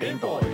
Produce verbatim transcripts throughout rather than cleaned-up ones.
Gameboys.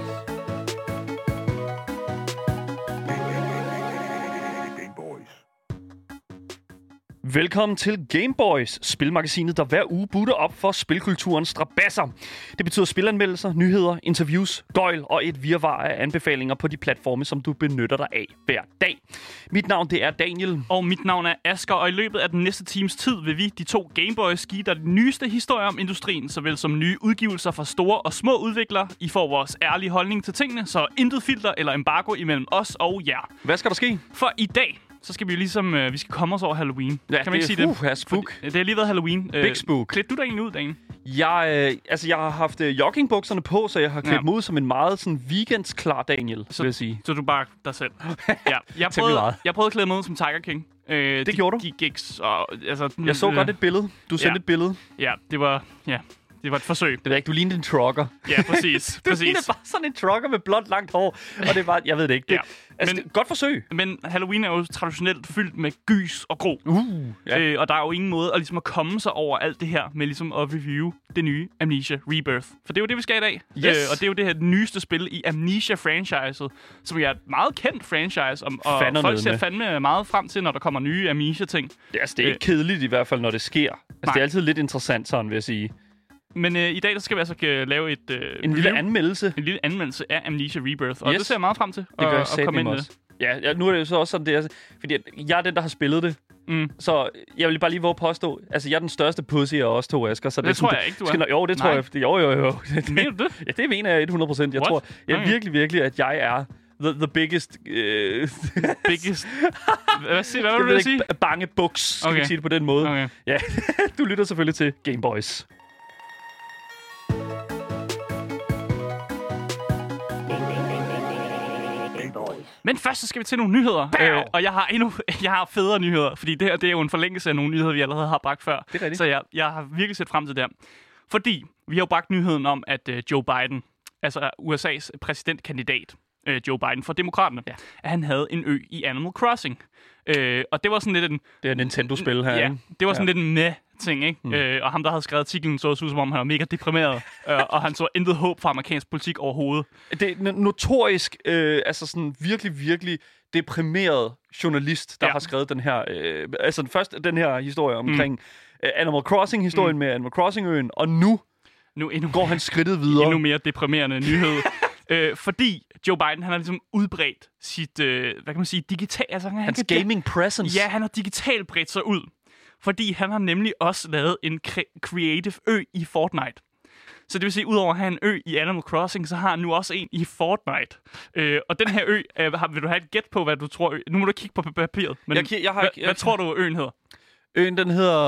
Velkommen til Gameboys, spilmagasinet, der hver uge butter op for spilkulturens strabasser. Det betyder spilanmeldelser, nyheder, interviews, gøjl og et virvar af anbefalinger på de platforme, som du benytter dig af hver dag. Mit navn, det er Daniel. Og mit navn er Asger, og i løbet af den næste times tid vil vi, de to Gameboys, give dig de nyeste historier om industrien, såvel som nye udgivelser fra store og små udviklere. I får vores ærlige holdning til tingene, så intet filter eller embargo imellem os og jer. Hvad skal der ske? For i dag, så skal vi jo ligesom, øh, vi skal komme os over Halloween. Ja, kan man ikke sige det? Uh, spook. For, det har lige været Halloween. Big spook. Klædte du dig egentlig ud, Daniel? Jeg, øh, altså, jeg har haft øh, joggingbukserne på, så jeg har klædt Ja. mig ud som en meget sådan weekendsklar Daniel, Så, vil jeg sige. så du bare dig selv. Ja. Jeg Temmelig prøvede, meget. jeg prøvede at klæde mig ud som Tiger King. Øh, det de, gjorde du? De gigs og... Altså, Jeg så øh, godt et billede. Du sendte ja. et billede. Ja, det var... Ja, det var et forsøg. Det er ikke, du lignede en trucker. Ja, præcis. Du præcis. lignede bare sådan en trucker med blondt langt hår. Og det var, jeg ved det ikke. Det, Ja. altså, Men- det, godt forsøg. Men Halloween er jo traditionelt fyldt med gys og gro. Uh, ja. Øh, og der er jo ingen måde at, ligesom at komme sig over alt det her med ligesom at review det nye Amnesia Rebirth. For det er jo det, vi skal i dag. Yes. Øh, og det er jo det her nyeste spil i Amnesia-franchiset, som er et meget kendt franchise, og, og Fandme folk ser med. fandme meget frem til, når der kommer nye Amnesia-ting. Det, altså, det er ikke kedeligt i hvert fald, når det sker. Altså, Nej. det er altid lidt interessant, sådan vil jeg sige. Men øh, i dag der skal vi altså øh, lave et øh, En review, lille anmeldelse. en lille anmeldelse af Amnesia Rebirth, og Yes. det ser jeg meget frem til Det gør at, jeg at komme satme ind i også. Ja, ja, nu er det jo så også sådan, det er, fordi at jeg er den, der har spillet det. Mm. Så jeg vil bare lige våge at påstå, altså jeg er den største pussy af os to, Asger. Så det, Det er sådan, tror jeg ikke, du er. skal, Jo, det tror Nej. jeg. Det, jo, jo, jo. Det, Mener du det? Ja, det mener jeg hundrede procent. Jeg What? tror jeg Okay. virkelig, virkelig, at jeg er the, the biggest... Øh, Biggest... Hvad, siger, hvad jeg vil ved du sige? ikke, bange buks, skal Okay. vi sige det på den måde. Okay. Ja, du lytter selvfølgelig til Gameboys. Men først så skal vi til nogle nyheder, øh, og jeg har endnu jeg har federe nyheder, fordi det her det er jo en forlængelse af nogle nyheder, vi allerede har bragt før. Det er rigtigt. Så jeg, jeg har virkelig set frem til det her. Fordi vi har jo bragt nyheden om, at øh, Joe Biden, altså U S A's præsidentkandidat, øh, Joe Biden for Demokraterne, Ja. at han havde en ø i Animal Crossing. Øh, og det var sådan lidt en... Det er Nintendo-spil her, Ja, ikke? det var sådan Ja. lidt en meh-ting, ikke? Mm. Øh, og ham, der havde skrevet artiklen, så ud som om, han var mega deprimeret, øh, og han så intet håb for amerikansk politik overhovedet. Det er en notorisk, øh, altså sådan virkelig, virkelig deprimeret journalist, der Ja. har skrevet den her, øh, altså først den her historie omkring mm. øh, Animal Crossing-historien mm. med Animal Crossing-øen, og nu Nu endnu går han skridtet videre. endnu mere deprimerende nyhed. øh, fordi Joe Biden, han har ligesom udbredt sit, øh, hvad kan man sige, digital... Altså, han, Hans han kan- gaming presence. Ja, han har digitalt bredt sig ud. Fordi han har nemlig også lavet en cre- creative ø i Fortnite. Så det vil sige, udover at have en ø i Animal Crossing, så har han nu også en i Fortnite. Øh, og den her ø, øh, har, vil du have et gæt på, hvad du tror... Ø- nu må du kigge på papiret. Men Jeg ki- jeg har hvad, ikke- jeg- hvad tror du, øen hedder? Øen, den hedder...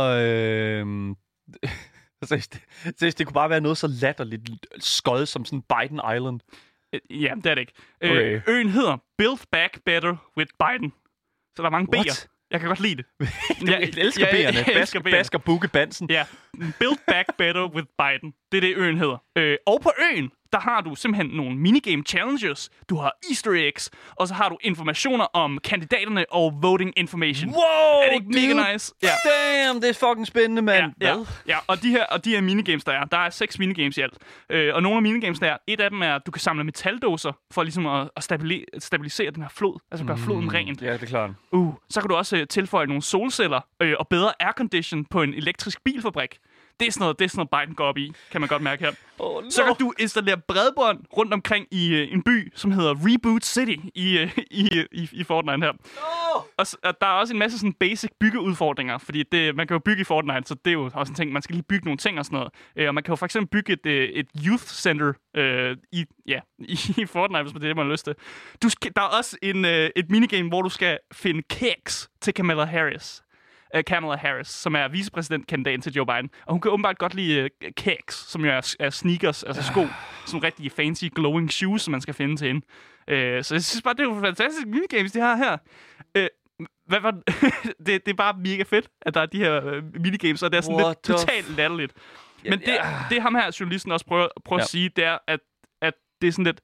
Øh, seriøst, det, seriøst, det kunne bare være noget så latterligt skod som sådan Biden Island. Øh, ja, det er det ikke. Øh, Okay. Øen hedder Build Back Better with Biden. Så der er mange What? B'er. Jeg kan godt lide det. Jeg elsker ja, B'erne. jeg elsker Bask, B'erne. Basker Bukke Bansen. Ja, Build Back Better with Biden. Det er det, øen hedder. Øh, og på øen, der har du simpelthen nogle minigame challenges. Du har easter eggs, og så har du informationer om kandidaterne og voting information. Wow, Er det ikke mega dude. nice? Ja. Damn, det er fucking spændende, mand. Ja, ja, Hvad? ja, og de her, og de her minigames, der er, der er seks minigames i alt. Øh, og nogle af minigames, der er, et af dem er, at du kan samle metaldåser for ligesom at, at stabili- stabilisere den her flod. Altså gøre floden ren. Ja, det er klart. Uh, så kan du også øh, tilføje nogle solceller øh, og bedre aircondition på en elektrisk bilfabrik. Det er sådan noget, det er sådan noget Biden går op i, kan man godt mærke her. Oh, no. Så kan du installere bredbånd rundt omkring i øh, en by, som hedder Reboot City i, øh, i, i, i Fortnite her. Oh. Og, s- og der er også en masse sådan basic byggeudfordringer, fordi det, man kan jo bygge i Fortnite, så det er jo også en ting, man skal lige bygge nogle ting og sådan noget. Øh, og man kan jo for eksempel bygge et, øh, et youth center øh, i, ja, i, i Fortnite, hvis man det er det, man har lyst til. Du skal, der er også en, øh, et minigame, hvor du skal finde keks til Kamala Harris. Uh, Kamala Harris, som er vicepræsidentkandidaten til Joe Biden. Og hun kan åbenbart godt lide uh, keks, som jo er, er sneakers, altså sko. Sådan rigtig fancy glowing shoes, som man skal finde til hende. Uh, så jeg synes bare, det er jo fantastisk minigames, de har her. Uh, hvad var det, det er bare mega fedt, at der er de her uh, minigames, og det er sådan What lidt the totalt latterligt. Men det, ja. det ham her journalisten også prøver, prøver Ja. at sige, det er, at, at det er sådan lidt...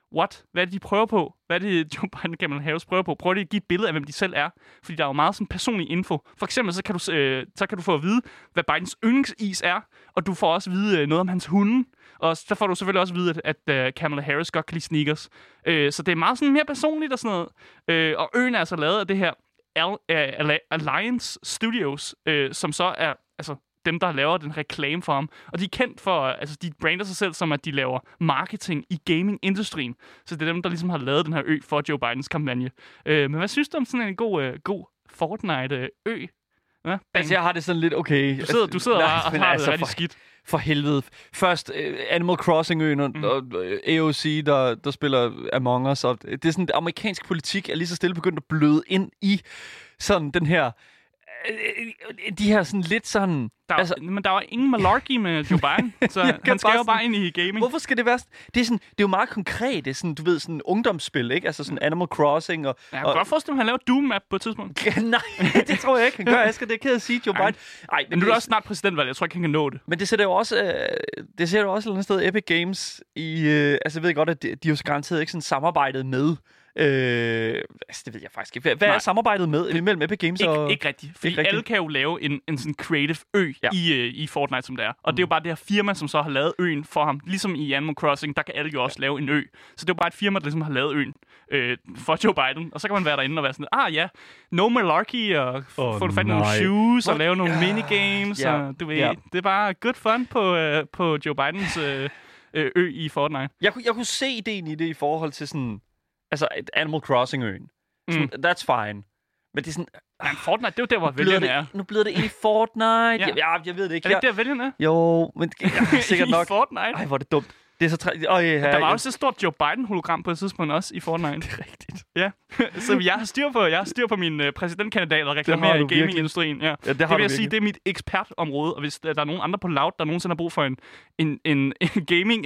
what? Hvad er det, de prøver på? Hvad er det, Joe Biden og Kamala Harris prøver på? Prøver de at give et billede af, hvem de selv er? Fordi der er jo meget sådan personlig info. For eksempel, så kan du, øh, så kan du få at vide, hvad Bidens yndlingsis er, og du får også at vide øh, noget om hans hunde. Og så får du selvfølgelig også at vide, at, at uh, Kamala Harris godt kan lide sneakers. Øh, så det er meget sådan mere personligt og sådan noget. Øh, og øen er altså lavet af det her Al- uh, Alliance Studios, øh, som så er altså dem, der laver den reklame for ham. Og de er kendt for, altså de brander sig selv som, at de laver marketing i gaming-industrien. Så det er dem, der ligesom har lavet den her ø for Joe Bidens kampagne. Øh, men hvad synes du om sådan en god, øh, god Fortnite-ø? Ja, altså, jeg har det sådan lidt okay. Du sidder, du sidder altså, og, og har altså, det rigtig skidt. For helvede. Først uh, Animal Crossing-øen og, mm. og uh, A O C, der, der spiller Among Us. Og det er sådan, amerikansk politik er lige så stille begyndt at bløde ind i sådan den her de her sådan lidt sådan... Der er, altså, men der var ingen malarkey med Joe Biden, så han skal bare jo bare ind i gaming. Hvorfor skal det være... Det er, sådan, det er jo meget konkret, det er sådan, du ved, sådan ungdomsspil, ikke? Altså sådan Animal Crossing og... Jeg kan og, godt forestille mig, at han laver Doom-map på et tidspunkt. Nej, det tror jeg ikke, han gør. Jeg skal det er ked at sige, Joe Biden. Ej, men nu er det også snart præsidentvalg. Jeg tror ikke, han kan nå det. Men det sætter jo også... Øh, det sætter jo også et eller andet sted Epic Games i... Øh, altså, jeg ved godt, at de, de er jo så garanteret ikke sådan samarbejdet med... Øh, altså, det ved jeg faktisk ikke. Hvad, hvad er samarbejdet med imellem Epic Games ikke, og... Ikke rigtigt. Fordi ikke rigtigt. alle kan jo lave en, en sådan creative ø ja. i, uh, i Fortnite, som det er. Og mm. det er jo bare det her firma, som så har lavet øen for ham. Ligesom i Animal Crossing, der kan alle jo også ja. lave en ø. Så det er jo bare et firma, der ligesom har lavet øen øh, for Joe Biden. Og så kan man være derinde og være sådan, ah ja, no malarkey, og oh, få fat i nogle shoes, og lave nogle ja. minigames. Ja. Og, du ved, ja. det er bare good fun på, uh, på Joe Bidens uh, ø i Fortnite. Jeg, jeg kunne se ideen i det i forhold til sådan... Altså, et Animal Crossing-øen. Mm. That's fine. Men det er sådan... Ja, Fortnite, det er jo der, hvor vælgerne er. Nu bliver det ind i Fortnite. ja. Jeg, jeg, jeg ved det ikke. Er det ikke der, vælgerne er? Jo, men jeg, sikkert nok... I Fortnite? Ej, hvor er det dumt. Det er så træ... oh, yeah, der var ja. også et stort Joe Biden-hologram på et tidspunkt også i Fortnite. Det er rigtigt. Ja, så jeg har styr på, jeg har styr på min uh, præsidentkandidat og reklamerer i gaming-industrien. Ja. Ja, det, det vil jeg sige, det er mit ekspertområde, og hvis der er nogen andre på Loud, der nogensinde har brug for en, en, en, en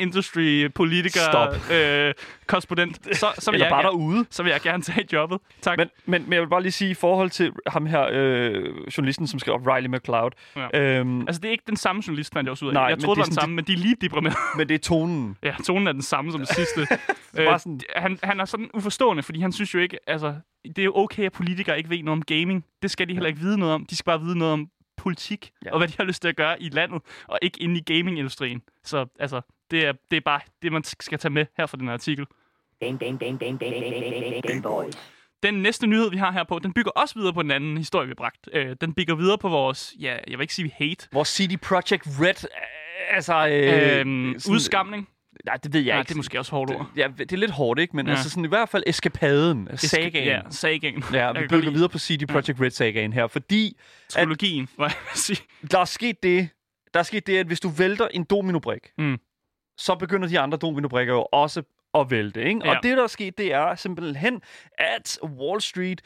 gaming-industry-politiker-korrespondent, øh, så, så, vil jeg bare gerne, derude. så vil jeg gerne tage jobbet. Tak. Men, men, men jeg vil bare lige sige, i forhold til ham her, øh, journalisten, som skrev Riley McLeod. Ja. Øhm, altså, det er ikke den samme journalist, fandt jeg også ud af. Nej, jeg troede, det var den samme, men de er lige deprimeret. Men det er tonen. Ja, tonen er den samme som det sidste. øh, sådan... han, han er sådan uforstående, fordi han synes jo ikke, altså, det er jo okay, at politikere ikke ved noget om gaming. Det skal de heller ikke vide noget om. De skal bare vide noget om politik, ja. og hvad de har lyst til at gøre i landet, og ikke inde i gamingindustrien. Så altså, det er, det er bare det, man skal tage med her fra den her artikel. Game, game, game, game, game, game, game boys. Den næste nyhed, vi har her på, den bygger også videre på den anden historie, vi har bragt. Øh, den bygger videre på vores, ja, jeg vil ikke sige hate. Vores C D Projekt Red, øh, altså... Øh, øhm, sådan, udskamning. Nej, det ved jeg Nej, ikke. det er måske også hårdt ord. Ja, det er lidt hårdt, ikke? Men ja. altså sådan i hvert fald eskapaden, Eska- sagaen. Ja, sagaen. Ja, vi bygger videre på C D Projekt ja. Red sagaen her, fordi... Trilogien, hvad jeg vil sige. Der er sket det, der er sket det, at hvis du vælter en dominobrik, mm. så begynder de andre dominobrikker jo også at vælte, ikke? Ja. Og det, der er sket, det er simpelthen, at Wall Street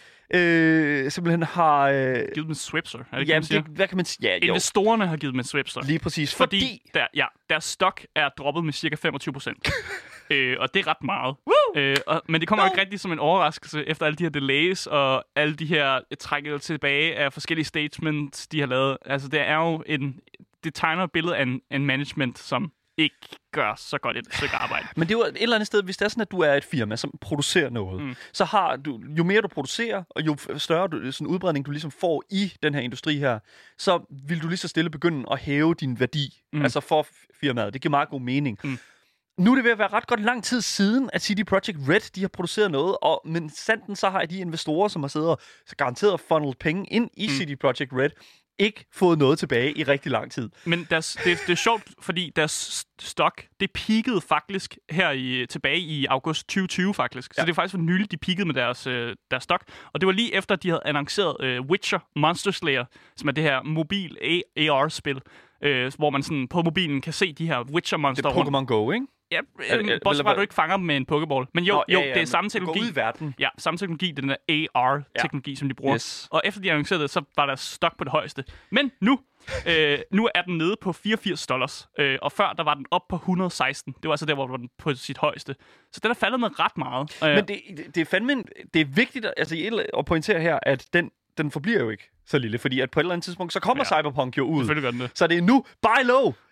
øh, simpelthen har... Øh, givet dem en swipser, er det ja, ikke, det, hvad kan man sige? Ja, investorerne har givet dem en swipser. Lige præcis, fordi... fordi der, ja, deres stok er droppet med cirka femogtyve procent. øh, og det er ret meget. Øh, og, men det kommer no. ikke rigtig som en overraskelse, efter alle de her delays, og alle de her trækket tilbage af forskellige statements, de har lavet. Altså, det er jo en... Det tegner et billede af en, en management, som ikke gør så godt et stykke arbejde. Men det er jo et eller andet sted, hvis det er sådan, at du er et firma, som producerer noget, mm. så har du, jo mere du producerer, og jo større du, sådan udbredning du ligesom får i den her industri her, så vil du lige så stille begynde at hæve din værdi, mm. altså for firmaet. Det giver meget god mening. Mm. Nu er det ved at være ret godt lang tid siden, at C D Projekt Red, de har produceret noget, og men sanden så har de investorer, som har siddet og garanteret funneled penge ind i mm. C D Projekt Red, ikke fået noget tilbage i rigtig lang tid. Men deres, det, det er sjovt, fordi deres stok, det peakede faktisk her i, tilbage i august tyve tyve faktisk. Ja. Så det er faktisk for nyligt, de peakede med deres, øh, deres stok. Og det var lige efter, at de havde annonceret øh, Witcher Monster Slayer, som er det her mobil A R-spil, øh, hvor man sådan på mobilen kan se de her Witcher-monster. Det er Pokémon Go, ikke? Ja, bortset fra, at du ikke fanger dem med en Pokéball. Men jo, Nå, jo ja, ja, det er samme teknologi. Gå ud i verden. Ja, samme teknologi, den der A R-teknologi, ja. som de bruger. Yes. Og efter de annoncerede det, så var der stok på det højeste. Men nu, øh, nu er den nede på fireogfirs dollars. Øh, og før, der var den op på et hundrede og seksten. Det var altså der, hvor den var på sit højeste. Så den er faldet med ret meget. Men det, det er fandme, det er vigtigt altså, at pointere her, at den, den forbliver jo ikke så lille, fordi at på et eller andet tidspunkt, så kommer ja. Cyberpunk jo ud. Selvfølgelig gør den det. Så det er nu, buy low!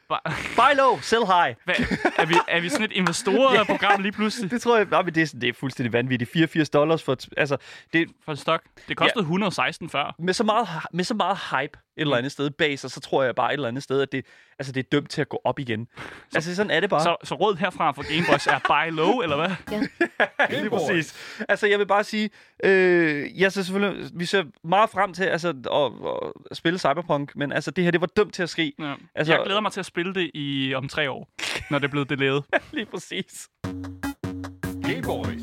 Buy low, sell high. Hvad, er, vi, er vi sådan et investorer-program lige pludselig? Det tror jeg, nej, men det, er, sådan, det er fuldstændig vanvittigt. fireogfirs dollars for, altså, det, for en stok. Det kostede ja. et hundrede og seksten før. Med så meget, med så meget hype et eller andet sted bag sig, så tror jeg bare et eller andet sted, at det, altså, det er dømt til at gå op igen. Så, altså, sådan er det bare. Så, så rådet herfra for Gameboys er buy low, eller hvad? Ja, lige præcis. Altså, jeg vil bare sige, øh, jeg ser selvfølgelig, vi ser meget frem til altså, at, at spille Cyberpunk, men altså, det her, det var dømt til at ske. Ja. Altså, jeg glæder mig til at spille det i om tre år, når det er blevet delayed. Lige præcis. Gameboys.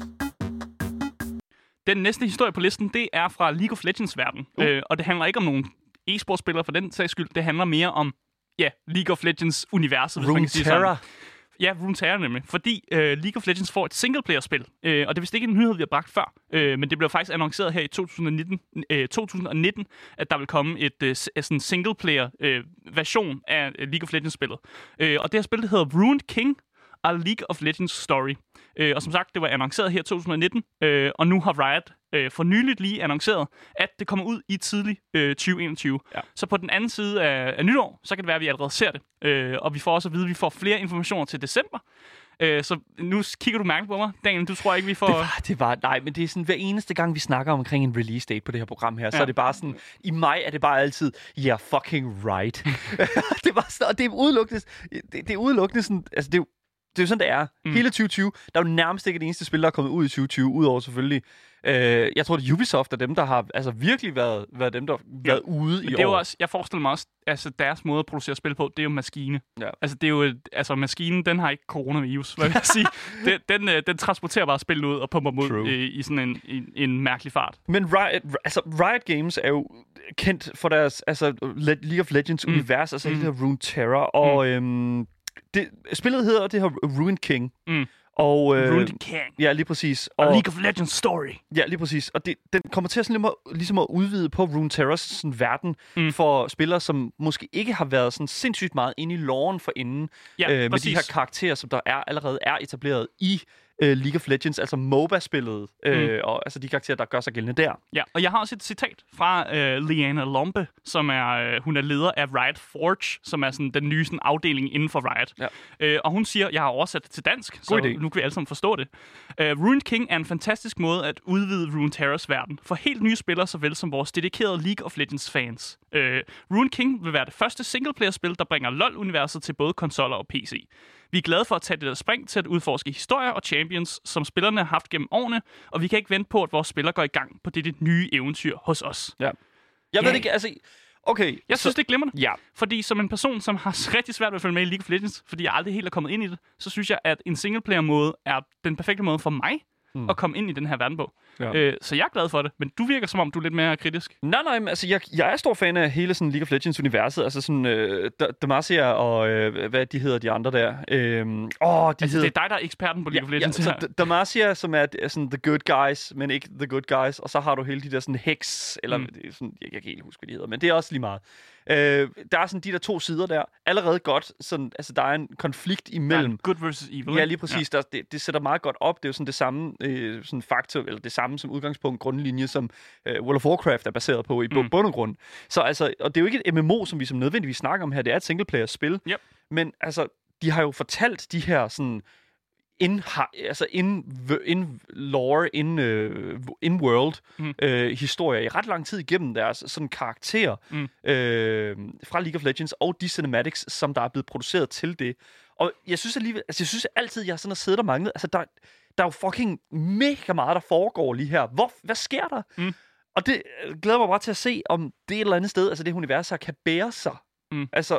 Den næste historie på listen, det er fra League of Legends-verden. Uh. Øh, og det handler ikke om nogen e-sportspillere for den sags skyld. Det handler mere om, ja, League of Legends-universet, hvis man kan sige sådan. Ja, Runeterra nemlig. Fordi uh, League of Legends får et singleplayer-spil. Uh, og det er vist ikke en nyhed, vi har bragt før. Uh, men det blev faktisk annonceret her i to tusind nitten, uh, to tusind nitten at der vil komme et uh, sådan singleplayer-version uh, af League of Legends-spillet. Uh, og det her spil, det hedder Ruined King, A League of Legends Story. Øh, og som sagt, det var annonceret her i to tusind nitten, øh, og nu har Riot øh, for nyligt lige annonceret, at det kommer ud i tidlig øh, tyve enogtyve. Ja. Så på den anden side af, af nytår, så kan det være, at vi allerede ser det. Øh, og vi får også at vide, at vi får flere informationer til december. Øh, så nu kigger du mærke på mig. Daniel, du tror ikke, vi får... Det var, det var, nej, men det er sådan, hver eneste gang, vi snakker omkring en release date på det her program her, ja. Så er det bare sådan, i maj er det bare altid, yeah, fucking right. det var sådan, og det er udelukkende, det, det er udelukkende sådan, altså det er Det er jo sådan, det er. Mm. Hele tyve tyve, der er jo nærmest ikke det eneste spil, der er kommet ud i tyve tyve, udover selvfølgelig. Øh, jeg tror, det er Ubisoft, er dem, der har altså virkelig været, været dem, der har ja. været ude Men i det er år. Jo også, jeg forestiller mig også, altså deres måde at producere spil på, det er jo maskine. Ja. Altså, det er jo, altså maskinen, den har ikke coronavirus, hvad vil jeg sige. Den, den, den transporterer bare spillet ud og pumper dem ud i, i sådan en, i, en mærkelig fart. Men Riot, altså, Riot Games er jo kendt for deres altså, League of Legends-univers, mm. altså mm. det her Runeterra, og... Mm. Øhm, Det, spillet hedder det her Ruined King. Mm. Og, øh, Ruined King. Ja, lige præcis. Og A League of Legends Story. Ja, lige præcis. Og det, den kommer til at, sådan, ligesom at udvide på Runeterras sådan, verden mm. for spillere, som måske ikke har været sådan sindssygt meget inde i loren for inden. Ja, øh, med de her karakterer, som der er allerede er etableret i uh, League of Legends, altså MOBA-spillet, mm. øh, og altså de karakterer, der gør sig gældende der. Ja, og jeg har også et citat fra øh, Liana Lombe, som er, øh, hun er leder af Riot Forge, som er sådan den nye sådan, afdeling inden for Riot. Ja. Øh, og hun siger, jeg har oversat det til dansk, God så idé. Nu kan vi alle sammen forstå det. Uh, Ruined King er en fantastisk måde at udvide Runeterras verden for helt nye spillere, såvel som vores dedikerede League of Legends fans. Uh, Ruined King vil være det første singleplayer-spil, der bringer LoL-universet til både konsoller og P C. Vi er glade for at tage det der spring til at udforske historier og champions, som spillerne har haft gennem årene, og vi kan ikke vente på, at vores spillere går i gang på dette nye eventyr hos os. Ja. Jeg yeah. ved ikke, altså... Okay. Jeg så... synes, det er glimrende. Ja. Fordi som en person, som har rigtig svært ved at følge med i League of Legends, fordi jeg aldrig helt er kommet ind i det, så synes jeg, at en singleplayer-måde er den perfekte måde for mig mm. at komme ind i den her verden på. Ja. Øh, så jeg er glad for det, men du virker som om, du er lidt mere kritisk. Nej, nej, men altså, jeg, jeg er stor fan af hele sådan League of Legends-universet. Altså sådan, øh, Demacia og, øh, hvad de hedder, de andre der. Øh, åh, de altså, hedder... det er dig, der er eksperten på League ja, of Legends. Ja, så Demacia, som er, er sådan the good guys, men ikke the good guys. Og så har du hele de der sådan Hex, eller mm. det er sådan, jeg, jeg kan ikke huske, hvad de hedder, men det er også lige meget. Øh, der er sådan de der to sider der. Allerede godt, sådan, altså der er en konflikt imellem. Ja, good versus evil. Ja, lige præcis. Ja. Der, det, det sætter meget godt op. Det er jo sådan det samme øh, sådan faktor, eller det samme som udgangspunkt, grundlinje, som øh, World of Warcraft er baseret på i mm. bund og grund. Så altså, og det er jo ikke et M M O, som vi som nødvendigvis snakker om her. Det er et singleplayer-spil. Yep. Men altså, de har jo fortalt de her sådan in, altså in, in lore, in, uh, in world mm. øh, historier i ret lang tid igennem deres sådan karakterer mm. øh, fra League of Legends og de cinematics, som der er blevet produceret til det. Og jeg synes alligevel, altså jeg synes altid, jeg sådan har siddet og manglet, altså der, der er jo fucking mega meget, der foregår lige her. Hvor, hvad sker der? Mm. Og det glæder mig bare til at se, om det et eller andet sted, altså det univers her, kan bære sig. Mm. Altså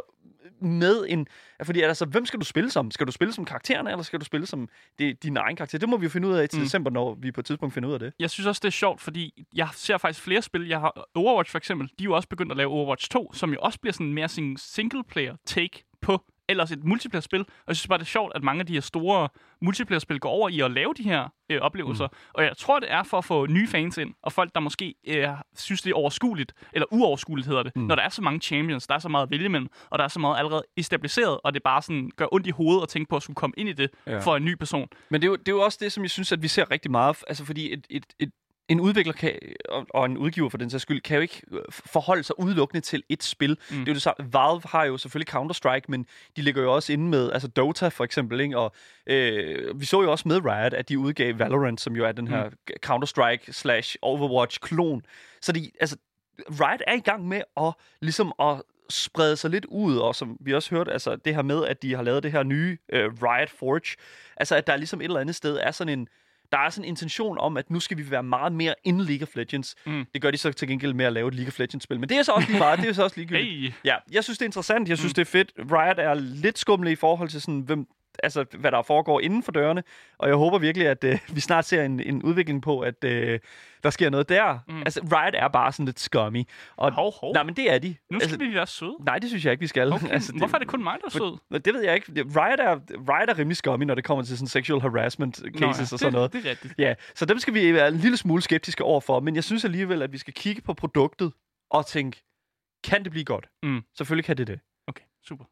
med en... Fordi altså, hvem skal du spille som? Skal du spille som karaktererne, eller skal du spille som det, din egen karakter? Det må vi jo finde ud af til mm. december, når vi på et tidspunkt finder ud af det. Jeg synes også, det er sjovt, fordi jeg ser faktisk flere spil. Jeg har Overwatch for eksempel. De er jo også begyndt at lave Overwatch to, som jo også bliver sådan mere sådan single-player take på ellers et multiplayer-spil. Og jeg synes bare, det er sjovt, at mange af de her store multiplayer-spil går over i at lave de her øh, oplevelser. Mm. Og jeg tror, det er for at få nye fans ind, og folk, der måske øh, synes, det er overskueligt, eller uoverskueligt hedder det, mm. når der er så mange champions, der er så meget at vælge imellem, og der er så meget allerede etableret, og det bare sådan gør ondt i hovedet at tænke på at skulle komme ind i det ja. for en ny person. Men det er, jo, det er jo også det, som jeg synes, at vi ser rigtig meget, altså fordi et, et, et en udvikler kan, og, og en udgiver for den sags skyld, kan jo ikke forholde sig udelukkende til et spil. Mm. Det er jo det samme. Valve har jo selvfølgelig Counter-Strike, men de ligger jo også inde med, altså Dota for eksempel, ikke? Og øh, vi så jo også med Riot, at de udgav Valorant, som jo er den her mm. Counter-Strike slash Overwatch-klon. Så de, altså, Riot er i gang med at, ligesom at sprede sig lidt ud, og som vi også hørte, altså det her med, at de har lavet det her nye øh, Riot Forge, altså at der ligesom et eller andet sted er sådan en Der er sådan en intention om, at nu skal vi være meget mere in League of Legends. Mm. Det gør de så til gengæld med at lave et League of Legends-spil. Men det er så også lige meget. Det er så også ligegyldigt. Hey. Ja, jeg synes, det er interessant. Jeg synes, mm. det er fedt. Riot er lidt skumle i forhold til, sådan, hvem, altså, hvad der foregår inden for dørene. Og jeg håber virkelig, at øh, vi snart ser en, en udvikling på, at øh, der sker noget der. Mm. Altså, Riot er bare sådan lidt scummy. Og, hov, hov. Nej, men det er de. Nu skal altså, vi være søde. Nej, det synes jeg ikke, vi skal. Okay. Altså, det, Hvorfor er det kun mig, der er sød? For, det ved jeg ikke. Riot er, Riot er rimelig scummy, når det kommer til sådan sexual harassment cases Nå, ja. og sådan det, noget. Det er rigtigt. Ja, så dem skal vi være en lille smule skeptiske overfor, men jeg synes alligevel, at vi skal kigge på produktet og tænke, kan det blive godt? Mm. Selvfølgelig kan det det. Okay, super.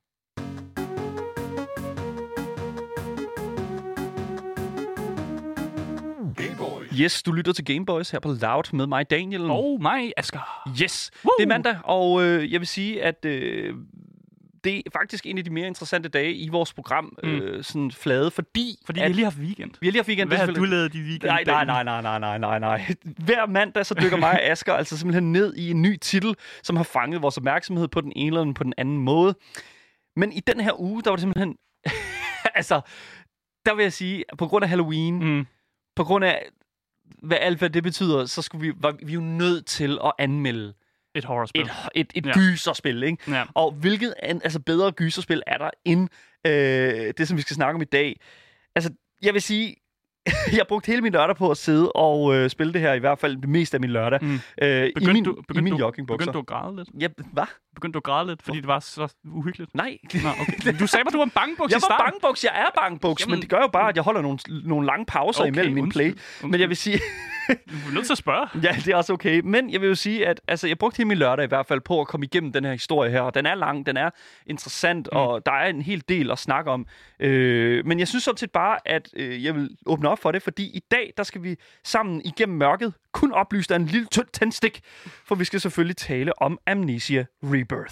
Yes, du lytter til Gameboys her på Loud med mig, Daniel. Og mig, Asger. Yes, Woo! Det er mandag, og øh, jeg vil sige, at øh, det er faktisk en af de mere interessante dage i vores program, mm. øh, sådan flade, fordi... Fordi at, vi lige har haft weekend. Vi har lige haft weekend. Hvad har du lavet i weekend? Nej, nej, nej, nej, nej, nej, nej, nej. Hver mandag, så dykker mig og Asger altså simpelthen ned i en ny titel, som har fanget vores opmærksomhed på den ene eller på den anden måde. Men i den her uge, der var det simpelthen... altså, der vil jeg sige, på grund af Halloween, mm. på grund af... hvad alt hvad det betyder, så skulle vi, var vi jo nødt til at anmelde et horrorspil. Et, et, et ja. gyserspil, ikke? Ja. Og hvilket altså bedre gyserspil er der end øh, det, som vi skal snakke om i dag? Altså, jeg vil sige, jeg brugte hele min lørdag på at sidde og øh, spille det her, i hvert fald det meste af min lørdag, mm. øh, i min, du, i min du, joggingbukser. Begyndte du at græde lidt? Ja, hvad? Begyndte du at græde lidt, fordi det var så uhyggeligt? Nej. Nå, okay. Du sagde, at du var en bangebuks i starten. Jeg var bangebuks, jeg er bangebuks, men det gør jo bare, at jeg holder nogle, nogle lange pauser okay, imellem min play. Undskyld, undskyld. Men jeg vil sige... Du er nødt til at spørge. Ja, det er også okay. Men jeg vil jo sige, at altså, jeg brugte hele min lørdag i hvert fald på at komme igennem den her historie her. Og den er lang, den er interessant, mm. og der er en hel del at snakke om. Øh, men jeg synes sådan set bare, at øh, jeg vil åbne op for det, fordi i dag, der skal vi sammen igennem mørket, kun oplyst af en lille tynd tændstik, for vi skal selvfølgelig tale om Amnesia Rebirth.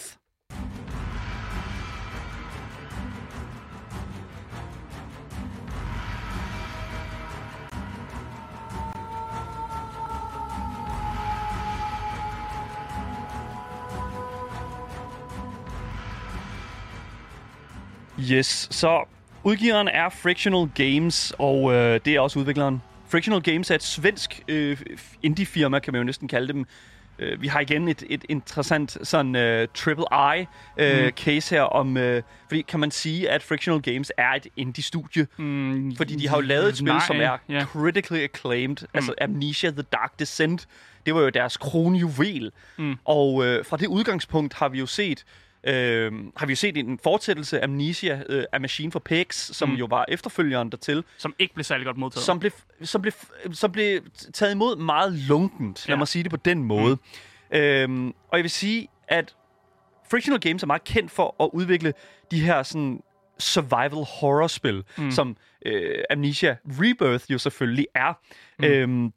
Yes, så udgiveren er Frictional Games, og øh, det er også udvikleren. Frictional Games er et svensk øh, indie-firma, kan man jo næsten kalde dem. Uh, vi har igen et, et interessant sådan uh, triple I uh, mm. case her om, uh, fordi kan man sige, at Frictional Games er et indie-studie, mm. fordi de har jo lavet et spil, Nej, som er yeah. critically acclaimed, mm. altså Amnesia The Dark Descent. Det var jo deres kronjuvel, mm. og uh, fra det udgangspunkt har vi jo set Øh, har vi jo set en fortsættelse af Amnesia, øh, A Machine for Pigs, som mm. jo var efterfølgeren dertil. Som ikke blev særlig godt modtaget. Som blev, som blev, som blev taget imod meget lunkent, ja. Lad mig sige det på den måde. Mm. Øhm, og jeg vil sige, at Frictional Games er meget kendt for at udvikle de her sådan survival horror-spil, mm. som øh, Amnesia Rebirth jo selvfølgelig er. Mm. Øhm,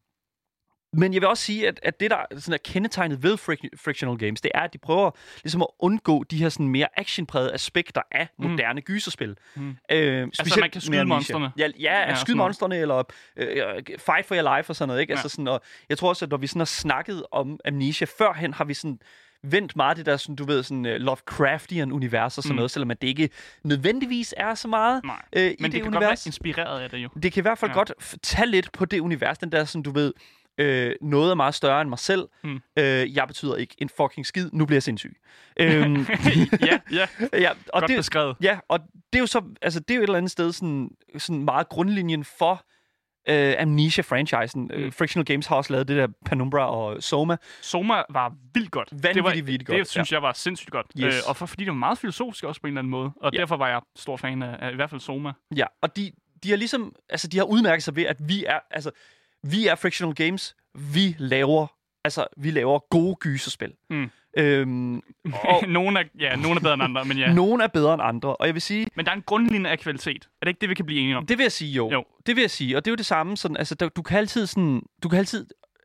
Men jeg vil også sige, at, at det, der sådan er kendetegnet ved Frictional Games, det er, at de prøver ligesom at undgå de her sådan mere actionprægede aspekter af mm. moderne gyserspil. Mm. Øh, altså, man kan skyde monstrene. Ja, ja, ja skyde monstrene, eller øh, fight for your life og sådan noget. Ikke? Ja. Altså sådan, og jeg tror også, at når vi sådan har snakket om Amnesia førhen, har vi sådan vendt meget det der, sådan, du ved, sådan uh, Lovecraftian-univers og sådan mm. noget, selvom at det ikke nødvendigvis er så meget Nej, øh, i men det, det kan univers. godt være inspireret af det jo. Det kan i hvert fald ja. godt tage lidt på det univers, den der, sådan, du ved, Øh, noget er meget større end mig selv. Mm. Øh, jeg betyder ikke en fucking skid. Nu bliver jeg sindssyg. øhm, ja, ja. ja og Godt det, beskrevet. Ja, og det er jo så, altså det er jo et eller andet sted sådan, sådan meget grundlinjen for øh, Amnesia-franchisen. Mm. Øh, Frictional Games har også lavet det der Penumbra og Soma. Soma var vildt godt. Vanvittigt det var, vildt godt. Det synes ja. jeg var sindssygt godt. Yes. Øh, og for, fordi det var meget filosofisk også på en eller anden måde. Og ja. derfor var jeg stor fan af, af i hvert fald Soma. Ja, og de, de har ligesom, altså de har udmærket sig ved, at vi er, altså vi er Frictional Games. Vi laver, altså, vi laver gode gyserspil. Mm. Øhm, og nogle, er, ja, nogle er bedre end andre, men ja. Nogle er bedre end andre, og jeg vil sige... Men der er en grundlinje af kvalitet. Er det ikke det, vi kan blive enige om? Det vil jeg sige, jo. jo. Det vil jeg sige, og det er jo det samme. Sådan, altså, der, du kan altid sådan... Du kan altid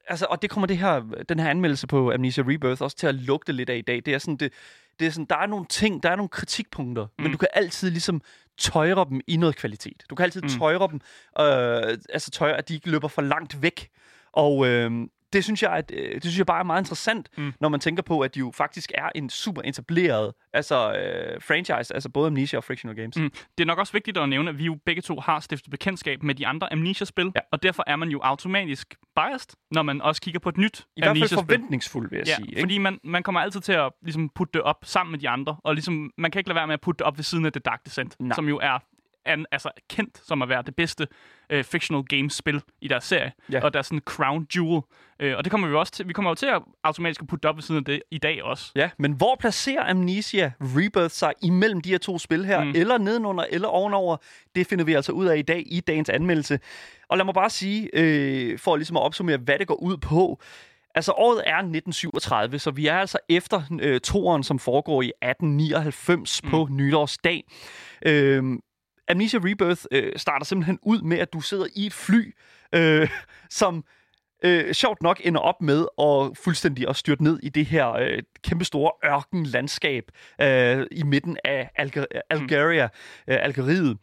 altså, og det kommer det her, den her anmeldelse på Amnesia Rebirth også til at lugte lidt af i dag. Det er sådan, det, det er sådan, der er nogle ting, der er nogle kritikpunkter, mm. men du kan altid ligesom tøjre dem i noget kvalitet. Du kan altid mm. tøjre dem, øh, altså tøjre, at de ikke løber for langt væk. Og øh, det synes jeg, at, det synes jeg bare er meget interessant, mm. når man tænker på, at de jo faktisk er en super etableret altså, øh, franchise, altså både Amnesia og Frictional Games. Mm. Det er nok også vigtigt at nævne, at vi jo begge to har stiftet bekendtskab med de andre Amnesia-spil, ja. Og derfor er man jo automatisk biased, når man også kigger på et nyt I Amnesia-spil. I hvert fald forventningsfuld, vil jeg ja, sige. Ikke? Fordi man, man kommer altid til at ligesom, putte det op sammen med de andre, og ligesom, man kan ikke lade være med at putte det op ved siden af The Dark Descent, Nej. som jo er an, altså kendt som at være det bedste øh, fictional games-spil i deres serie, ja. Og der er sådan en crown jewel. Øh, og det kommer vi også til. Vi kommer jo til at automatisk at putte op ved siden af det i dag også. Ja, men hvor placerer Amnesia Rebirth sig imellem de her to spil her, mm. eller nedenunder, eller ovenover? Det finder vi altså ud af i dag i dagens anmeldelse. Og lad mig bare sige, øh, for ligesom at opsummere, hvad det går ud på. Altså, året er nitten syvogtredive, så vi er altså efter øh, toeren, som foregår i atten nioghalvfems mm. på nytårsdag. Øh, Amnesia Rebirth øh, starter simpelthen ud med, at du sidder i et fly, øh, som øh, sjovt nok ender op med at fuldstændig at styrte ned i det her øh, kæmpestore ørkenlandskab øh, i midten af Alger- Algeria, øh, Algeriet.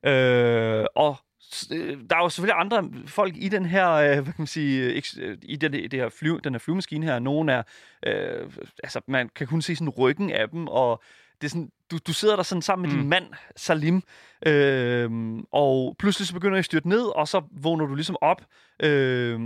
Øh, og øh, der er jo selvfølgelig andre folk i den her, øh, hvad kan man sige, øh, i den, det her fly, den her flyvemaskine her. Nogen er, øh, altså man kan kun se sådan ryggen af dem, og det er sådan, du, du sidder der sådan sammen med mm. din mand, Salim, øh, og pludselig så begynder jeg at styrte ned, og så vågner du ligesom op, øh,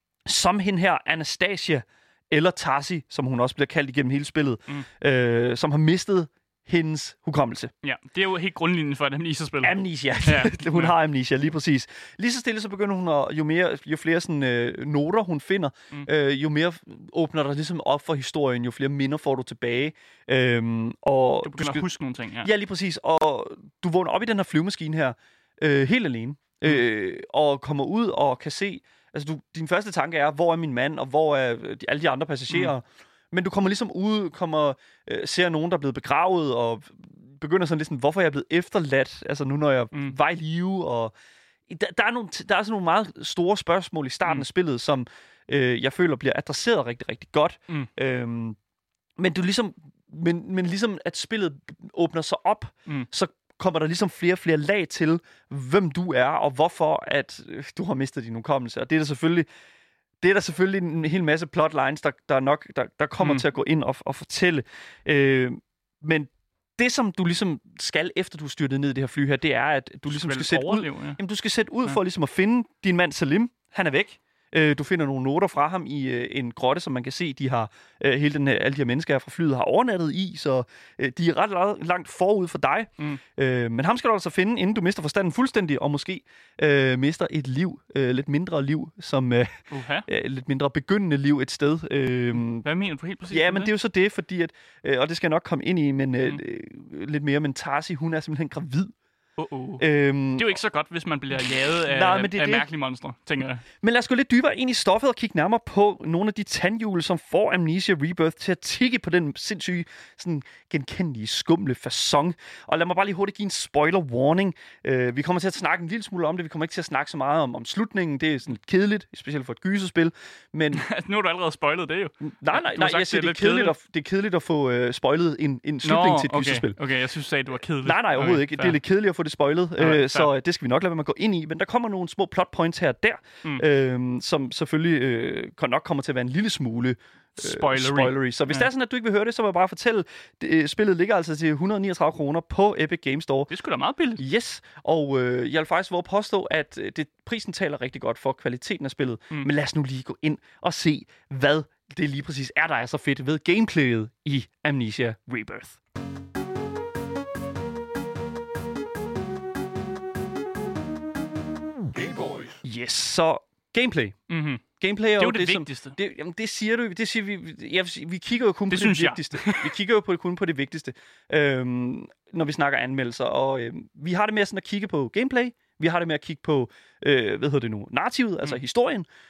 som hende her, Anastasia, eller Tarsi, som hun også bliver kaldt igennem hele spillet, mm. øh, som har mistet hendes hukommelse. Ja, det er jo helt grundlinjen for et amnesia-spil. Amnesia. Ja. hun ja. har amnesia, lige præcis. Lige så stille, så begynder hun at, jo, mere, jo flere sådan, øh, noter hun finder, mm. øh, jo mere åbner der ligesom op for historien, jo flere minder får du tilbage. Øhm, og du begynder du skal, at huske nogle ting, ja. Ja, lige præcis. Og du vågner op i den her flyvemaskine her, øh, helt alene, mm. øh, og kommer ud og kan se, altså du, din første tanke er, hvor er min mand, og hvor er de, alle de andre passagerer? Mm. Men du kommer ligesom ud, kommer, øh, ser nogen, der er blevet begravet, og begynder sådan lidt sådan, hvorfor er jeg blevet efterladt, altså nu når jeg mm. var i live, og der, der, er nogle, der er sådan nogle meget store spørgsmål i starten mm. af spillet, som øh, jeg føler bliver adresseret rigtig, rigtig godt. Mm. Øhm, men du ligesom, men, men ligesom at spillet åbner sig op, mm. så kommer der ligesom flere og flere lag til, hvem du er, og hvorfor at øh, du har mistet din hukommelse. Og det er der selvfølgelig Det er der selvfølgelig en hel masse plotlines, der, der nok der, der kommer mm. til at gå ind og, og fortælle. Øh, men det, som du ligesom skal, efter du er styrtet ned i det her fly her, det er, at du ligesom skal sætte ud, ja. jamen, du skal sætte ud ja. for ligesom at finde din mand Salim. Han er væk. Øh, du finder nogle noter fra ham i øh, en grotte, som man kan se, de har øh, hele den her, alle de her mennesker her fra flyet har overnattet i, så øh, de er ret langt forud for dig. Mm. Øh, men ham skal du altså finde, inden du mister forstanden fuldstændig, og måske øh, mister et liv, øh, lidt mindre liv, som øh, uh-huh. øh, lidt mindre begyndende liv et sted. Øh, Hvad mener du helt præcis? Ja, men det er jo så det, fordi at, øh, og det skal jeg nok komme ind i, men øh, mm. øh, lidt mere, men Tarsi, hun er simpelthen gravid. Uh-oh. Øhm, det er jo ikke så godt, hvis man bliver jaget af, nej, men det, af det. mærkelige monstre, tænker jeg. Men lad os gå lidt dybere ind i stoffet og kigge nærmere på nogle af de tandhjul, som får Amnesia Rebirth til at tikke på den sindssyge, sådan genkendelige, skumle facon. Og lad mig bare lige hurtigt give en spoiler warning. Uh, vi kommer til at snakke en lille smule om det. Vi kommer ikke til at snakke så meget om, om slutningen. Det er sådan lidt kedeligt, specielt for et gyserspil. Men nu har du allerede spoilet det jo. Nej, nej, nej. nej jeg siger, det er, kedeligt kedeligt. At, det er kedeligt at få uh, spoilet en, en slutning Nå, til et okay. gyserspil. Okay, jeg synes, du sagde, du var kedelig. Nej, nej, overhovedet okay, ikke. Fair. Det er lidt kedeligt at få det spoilet, okay, øh, så det skal vi nok lade være med at gå ind i. Men der kommer nogle små plot points her og der, mm. øh, som selvfølgelig øh, nok kommer til at være en lille smule øh, spoilery. spoilery. Så hvis ja. det er sådan, at du ikke vil høre det, så vil jeg bare fortælle, det, øh, spillet ligger altså til et hundrede og niogtredive kroner på Epic Games Store. Det er sgu da meget billigt. Yes, og øh, jeg vil faktisk våge påstå, at øh, det, prisen taler rigtig godt for kvaliteten af spillet. Mm. Men lad os nu lige gå ind og se, hvad det lige præcis er, der er så fedt ved gameplayet i Amnesia Rebirth. Yes, så gameplay. Mm-hmm. Gameplay er det er jo det, det som, vigtigste. Det, jamen, det siger du. Det siger vi. Jeg, vi kigger jo kun det på det vigtigste. Vi kigger jo på, kun på det vigtigste, øhm, når vi snakker anmeldelser. Og øhm, vi har det med sådan at kigge på gameplay. Vi har det med at kigge på, øh, hvad hedder det nu, narrativet, mm. altså historien.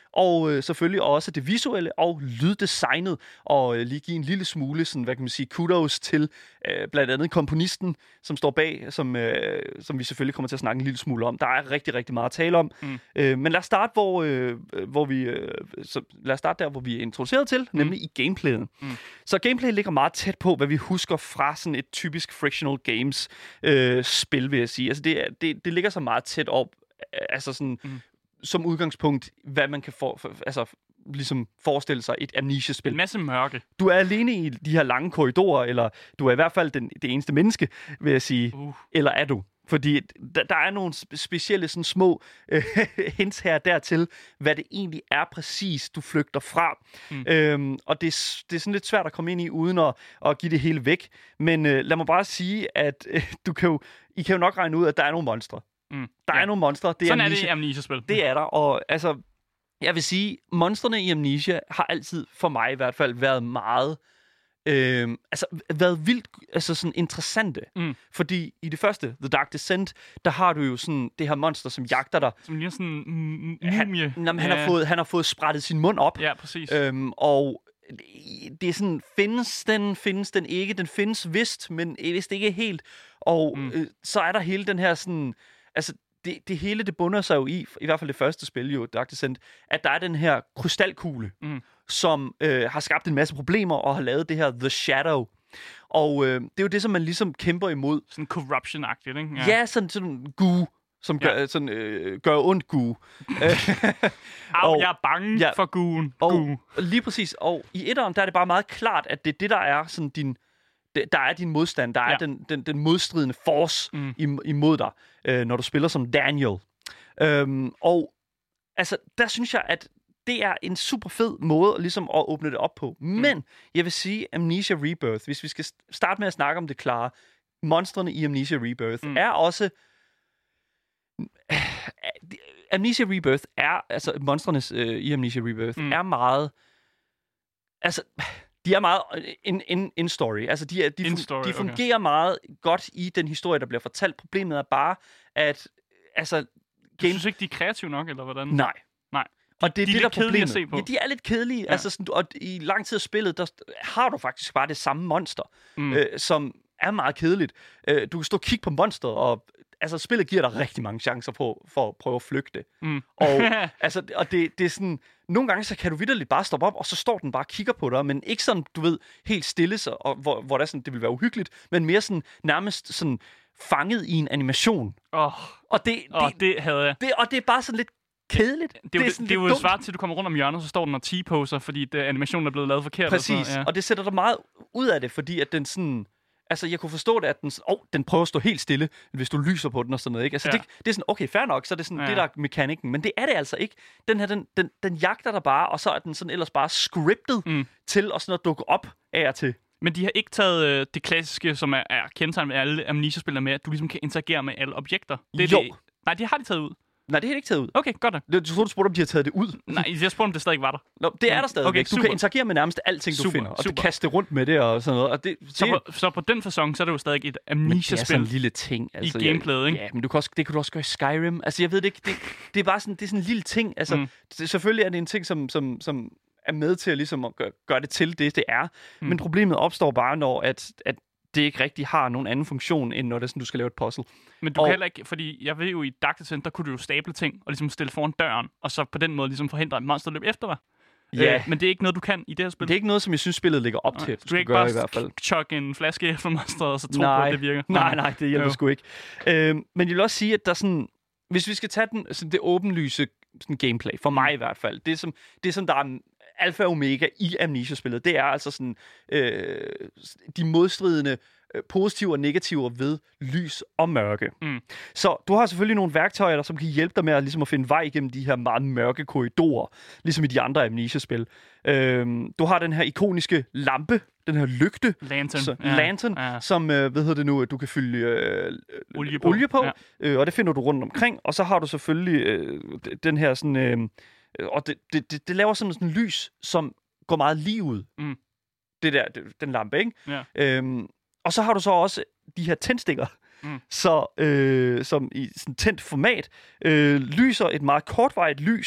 og øh, selvfølgelig også det visuelle og lyddesignet, og øh, lige give en lille smule, sådan, hvad kan man sige, kudos til øh, blandt andet komponisten, som står bag, som, øh, som vi selvfølgelig kommer til at snakke en lille smule om. Der er rigtig, rigtig meget at tale om. Mm. Øh, men lad os starte, hvor, øh, hvor vi, øh, så, lad os starte der, hvor vi er introduceret til, mm. nemlig i gameplayet. Mm. Så gameplay ligger meget tæt på, hvad vi husker fra sådan et typisk Frictional Games øh, spil, vil jeg sige. Altså det, det, det ligger så meget tæt op, altså sådan, mm. som udgangspunkt, hvad man kan for, for, altså, ligesom forestille sig et Amnesia-spil. En masse mørke. Du er alene i de her lange korridorer, eller du er i hvert fald den, det eneste menneske, vil jeg sige. Uh. Eller er du? Fordi der, der er nogle specielle sådan små øh, hints her dertil, hvad det egentlig er præcis, du flygter fra. Mm. Øhm, og det, det er sådan lidt svært at komme ind i, uden at, at give det hele væk. Men øh, lad mig bare sige, at øh, du kan jo, I kan jo nok regne ud, at der er nogle monstre. Mm. Der ja. er nogle monstre. Det Sådan er, er det i Amnesia-spil. Det er der, og altså, jeg vil sige, monstrene i Amnesia har altid, for mig i hvert fald, været meget... Øh, altså, været vildt altså sådan interessante. Mm. Fordi i det første, The Dark Descent, der har du jo sådan det her monster, som jagter dig. Som lige sådan en mumie. Han, jamen, han, ja. har fået, han har fået sprættet sin mund op. Ja, præcis. Øhm, og det er sådan, findes den, findes den ikke? Den findes vist, men vist ikke helt. Og mm. øh, så er der hele den her sådan... Altså, det, det hele, det bunder sig jo i, i hvert fald det første spil, jo, Dark Descent, at der er den her krystalkugle, mm. som øh, har skabt en masse problemer og har lavet det her The Shadow. Og øh, det er jo det, som man ligesom kæmper imod. Sådan corruption-agtigt, ikke? Ja, ja sådan sådan gu, som gør, ja. sådan, øh, gør ondt gu. Au, og, jeg er bange ja, for guen. Og, gu. lige præcis. Og i etteren, der er det bare meget klart, at det er det, der er sådan din... Der er din modstand, der er ja. den, den, den modstridende force mm. imod dig, øh, når du spiller som Daniel. Øhm, og altså, der synes jeg, at det er en super fed måde ligesom at åbne det op på. Mm. Men jeg vil sige, Amnesia Rebirth, hvis vi skal starte med at snakke om det klare, monstrene i Amnesia Rebirth mm. er også... Amnesia Rebirth er, altså monstrenes øh, i Amnesia Rebirth, mm. er meget... Altså... De er meget in, in, in story. Altså, de, er, de, fun- story, de fungerer okay. meget godt i den historie, der bliver fortalt. Problemet er bare, at... Altså, game... Du synes ikke, de er kreative nok, eller hvordan? Nej. Nej. Og det er de det, er der er problemet. At se på. Ja, de er lidt kedelige. Ja. Altså, sådan, og i lang tid af spillet, der har du faktisk bare det samme monster, mm. øh, som er meget kedeligt. Øh, du kan stå og kigge på monsteret, og altså, spillet giver dig rigtig mange chancer på, for at prøve at flygte. Mm. Og, altså, og det, det er sådan... Nogle gange, så kan du vitterligt bare stoppe op, og så står den bare og kigger på dig, men ikke sådan, du ved, helt stille, så, og hvor, hvor det, er sådan, det vil være uhyggeligt, men mere sådan, nærmest sådan, fanget i en animation. Oh. Og det, det, oh, det havde jeg. Det, og det er bare sådan lidt kedeligt. Det, det, det er, sådan det er jo svært til, at du kommer rundt om hjørnet, så står den og T-poser, fordi det, animationen er blevet lavet forkert. Præcis, og, sådan, ja. og det sætter dig meget ud af det, fordi at den sådan... Altså, jeg kunne forstå det, at den, oh, den prøver at stå helt stille, hvis du lyser på den og sådan noget, ikke? Altså, ja. det, det er sådan, okay, fair nok, så er det sådan, ja. det der er mekanikken, men det er det altså ikke. Den her, den, den, den jagter dig bare, og så er den sådan ellers bare scriptet mm. til at sådan at dukke op af og til. Men de har ikke taget øh, det klassiske, som er, er kendetegnet med alle Amnesia-spillere med, at du ligesom kan interagere med alle objekter. Det er jo. Det, nej, det har de taget ud. Nej, det er ikke taget ud. Okay, godt da. Du troede, du spurgte, om de har taget det ud? Nej, jeg spurgte, om det stadig var der. Nå, det er der stadig. Okay, du kan interagere med nærmest alting, du super, finder. Og super. du kaster rundt med det og sådan noget. Og det, så, det, på, så på den facon, så er det jo stadig et Amnesia-spil. Det er sådan en lille ting. Altså, i gameplayet, ikke? Ja, men du kan også, det kan du også gøre i Skyrim. Altså, jeg ved det ikke. Det, det er bare sådan, det er sådan en lille ting. Altså, mm. det, selvfølgelig er det en ting, som, som, som er med til at, ligesom, at gøre, gøre det til det, det er. Mm. Men problemet opstår bare, når at, at det ikke rigtig har nogen anden funktion, end når det er sådan, du skal lave et puzzle. Men du og, kan heller ikke, fordi jeg ved jo, i Dark Descent, der kunne du jo stable ting, og ligesom stille foran døren, og så på den måde ligesom forhindre et monster løb efter dig. Ja. Øh, men det er ikke noget, du kan i det her spil. Det er ikke noget, som jeg synes, spillet ligger op til. Du kan ikke bare i hvert fald chuck en flaske efter monsteret, og så tro nej, på, at det virker. Nej, nej, det hjælper jo. Sgu ikke. Øh, men jeg vil også sige, at der sådan... Hvis vi skal tage den, sådan det åbenlyse sådan gameplay, for mig i hvert fald, det som, det som der er alfa og omega i Amnesia-spillet, det er altså sådan øh, de modstridende øh, positive og negativer ved lys og mørke. Mm. Så du har selvfølgelig nogle værktøjer, der som kan hjælpe dig med at, ligesom at finde vej igennem de her meget mørke korridorer, ligesom i de andre Amnesia-spil. Øhm, du har den her ikoniske lampe, den her lygte, lantern, så, ja. lantern Ja. som, øh, hvad hedder det nu, du kan fylde øh, olie på, olie på ja. øh, og det finder du rundt omkring, og så har du selvfølgelig øh, den her sådan... Øh, og det, det, det, det laver sådan sådan lys, som går meget lige ud. Mm. Det der, det, den lampe, ikke? Ja. Øhm, og så har du så også de her tændstikker, mm. så, øh, som i sådan tændt format øh, lyser et meget kortvarigt lys,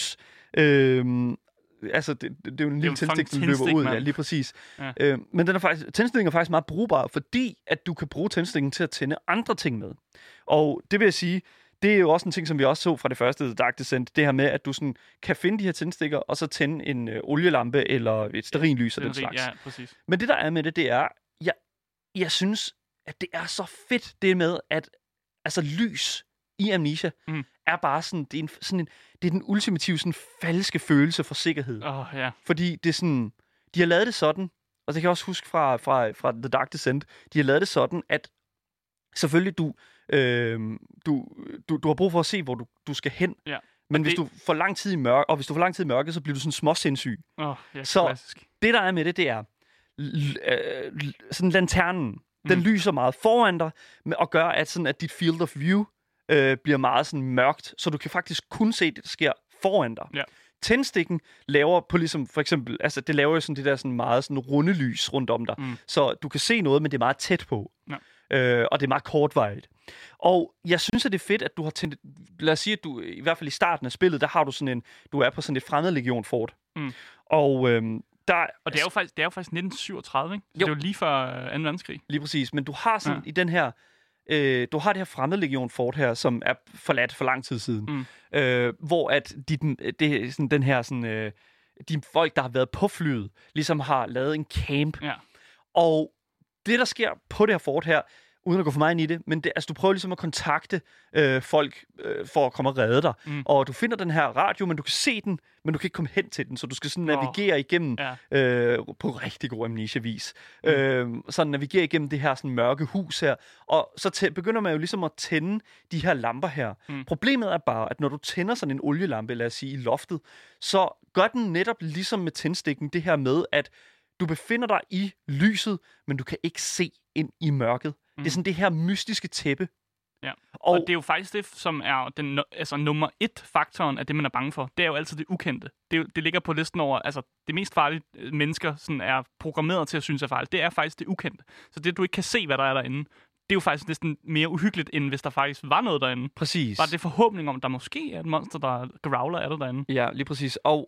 Øhm, altså, det, det, det er jo en lille tændstik, som løber ud. Ja, lige præcis. Ja. Øhm, men den er faktisk, tændstikken er faktisk meget brugbar, fordi at du kan bruge tændstikken til at tænde andre ting med. Og det vil jeg sige, det er jo også en ting, som vi også så fra det første The Dark Descent, det her med, at du sådan kan finde de her tændstikker, og så tænde en øh, olielampe eller et stearinlys og den slags. Ja, præcis. Men det, der er med det, det er, jeg, jeg synes, at det er så fedt, det med, at altså, lys i Amnesia mm. er bare sådan, det er, en, sådan en, det er den ultimative sådan, falske følelse for sikkerhed. Oh, yeah. Fordi det er sådan, de har lavet det sådan, og det kan jeg også huske fra, fra, fra The Dark Descent, de har lavet det sådan, at selvfølgelig du, øh, du, du, du har brug for at se, hvor du, du skal hen. Ja. Men hvis det... du får lang tid i mørke, og hvis du får lang tid i mørke, så bliver du sådan småsindssyg. Oh, ja, så klassisk. Det, der er med det, det er l- øh, sådan lanternen, den mm. lyser meget foran dig, og gør, at, sådan, at dit field of view øh, bliver meget sådan mørkt, så du kan faktisk kun se det, der sker foran dig. Ja. Tændstikken laver på ligesom, for eksempel, altså det laver jo sådan det der sådan meget sådan runde lys rundt om dig, mm. så du kan se noget, men det er meget tæt på. Ja. Øh, og det er meget kortvarigt. Og jeg synes, at det er fedt, at du har tændt... Lad os sige, at du i hvert fald i starten af spillet, der har du sådan en... Du er på sådan et fremmedlegion-fort. Mm. Og øhm, der... Og det er jo faktisk, det er jo faktisk nitten syvogtrøve, ikke? Så jo. Det er jo lige før anden verdenskrig. Lige præcis. Men du har sådan ja. i den her... Øh, du har det her fremmedlegion-fort her, som er forladt for lang tid siden. Mm. Øh, hvor at de, den, det, sådan, den her... Sådan, øh, de folk, der har været på flyet, ligesom har lavet en camp. Ja. Og det, der sker på det her fort her, uden at gå for meget ind i det, men det, altså, du prøver ligesom at kontakte øh, folk øh, for at komme og redde dig. Mm. Og du finder den her radio, men du kan se den, men du kan ikke komme hen til den, så du skal sådan navigere oh. igennem ja. øh, på rigtig god Amnesia-vis. Mm. Øh, sådan navigere igennem det her sådan mørke hus her, og så tæ- begynder man jo ligesom at tænde de her lamper her. Mm. Problemet er bare, at når du tænder sådan en olielampe, lad os sige, i loftet, så gør den netop ligesom med tændstikken det her med, at du befinder dig i lyset, men du kan ikke se ind i mørket. Mm. Det er sådan det her mystiske tæppe. Ja. Og, og det er jo faktisk det, som er den altså, nummer et faktoren af det, man er bange for. Det er jo altid det ukendte. Det, er, det ligger på listen over, altså det mest farlige mennesker sådan, er programmeret til at synes er farligt. Det er faktisk det ukendte. Så det, du ikke kan se, hvad der er derinde, det er jo faktisk næsten mere uhyggeligt, end hvis der faktisk var noget derinde. Præcis. Bare det forhåbning om, at der måske er et monster, der growler af det derinde. Ja, lige præcis. Og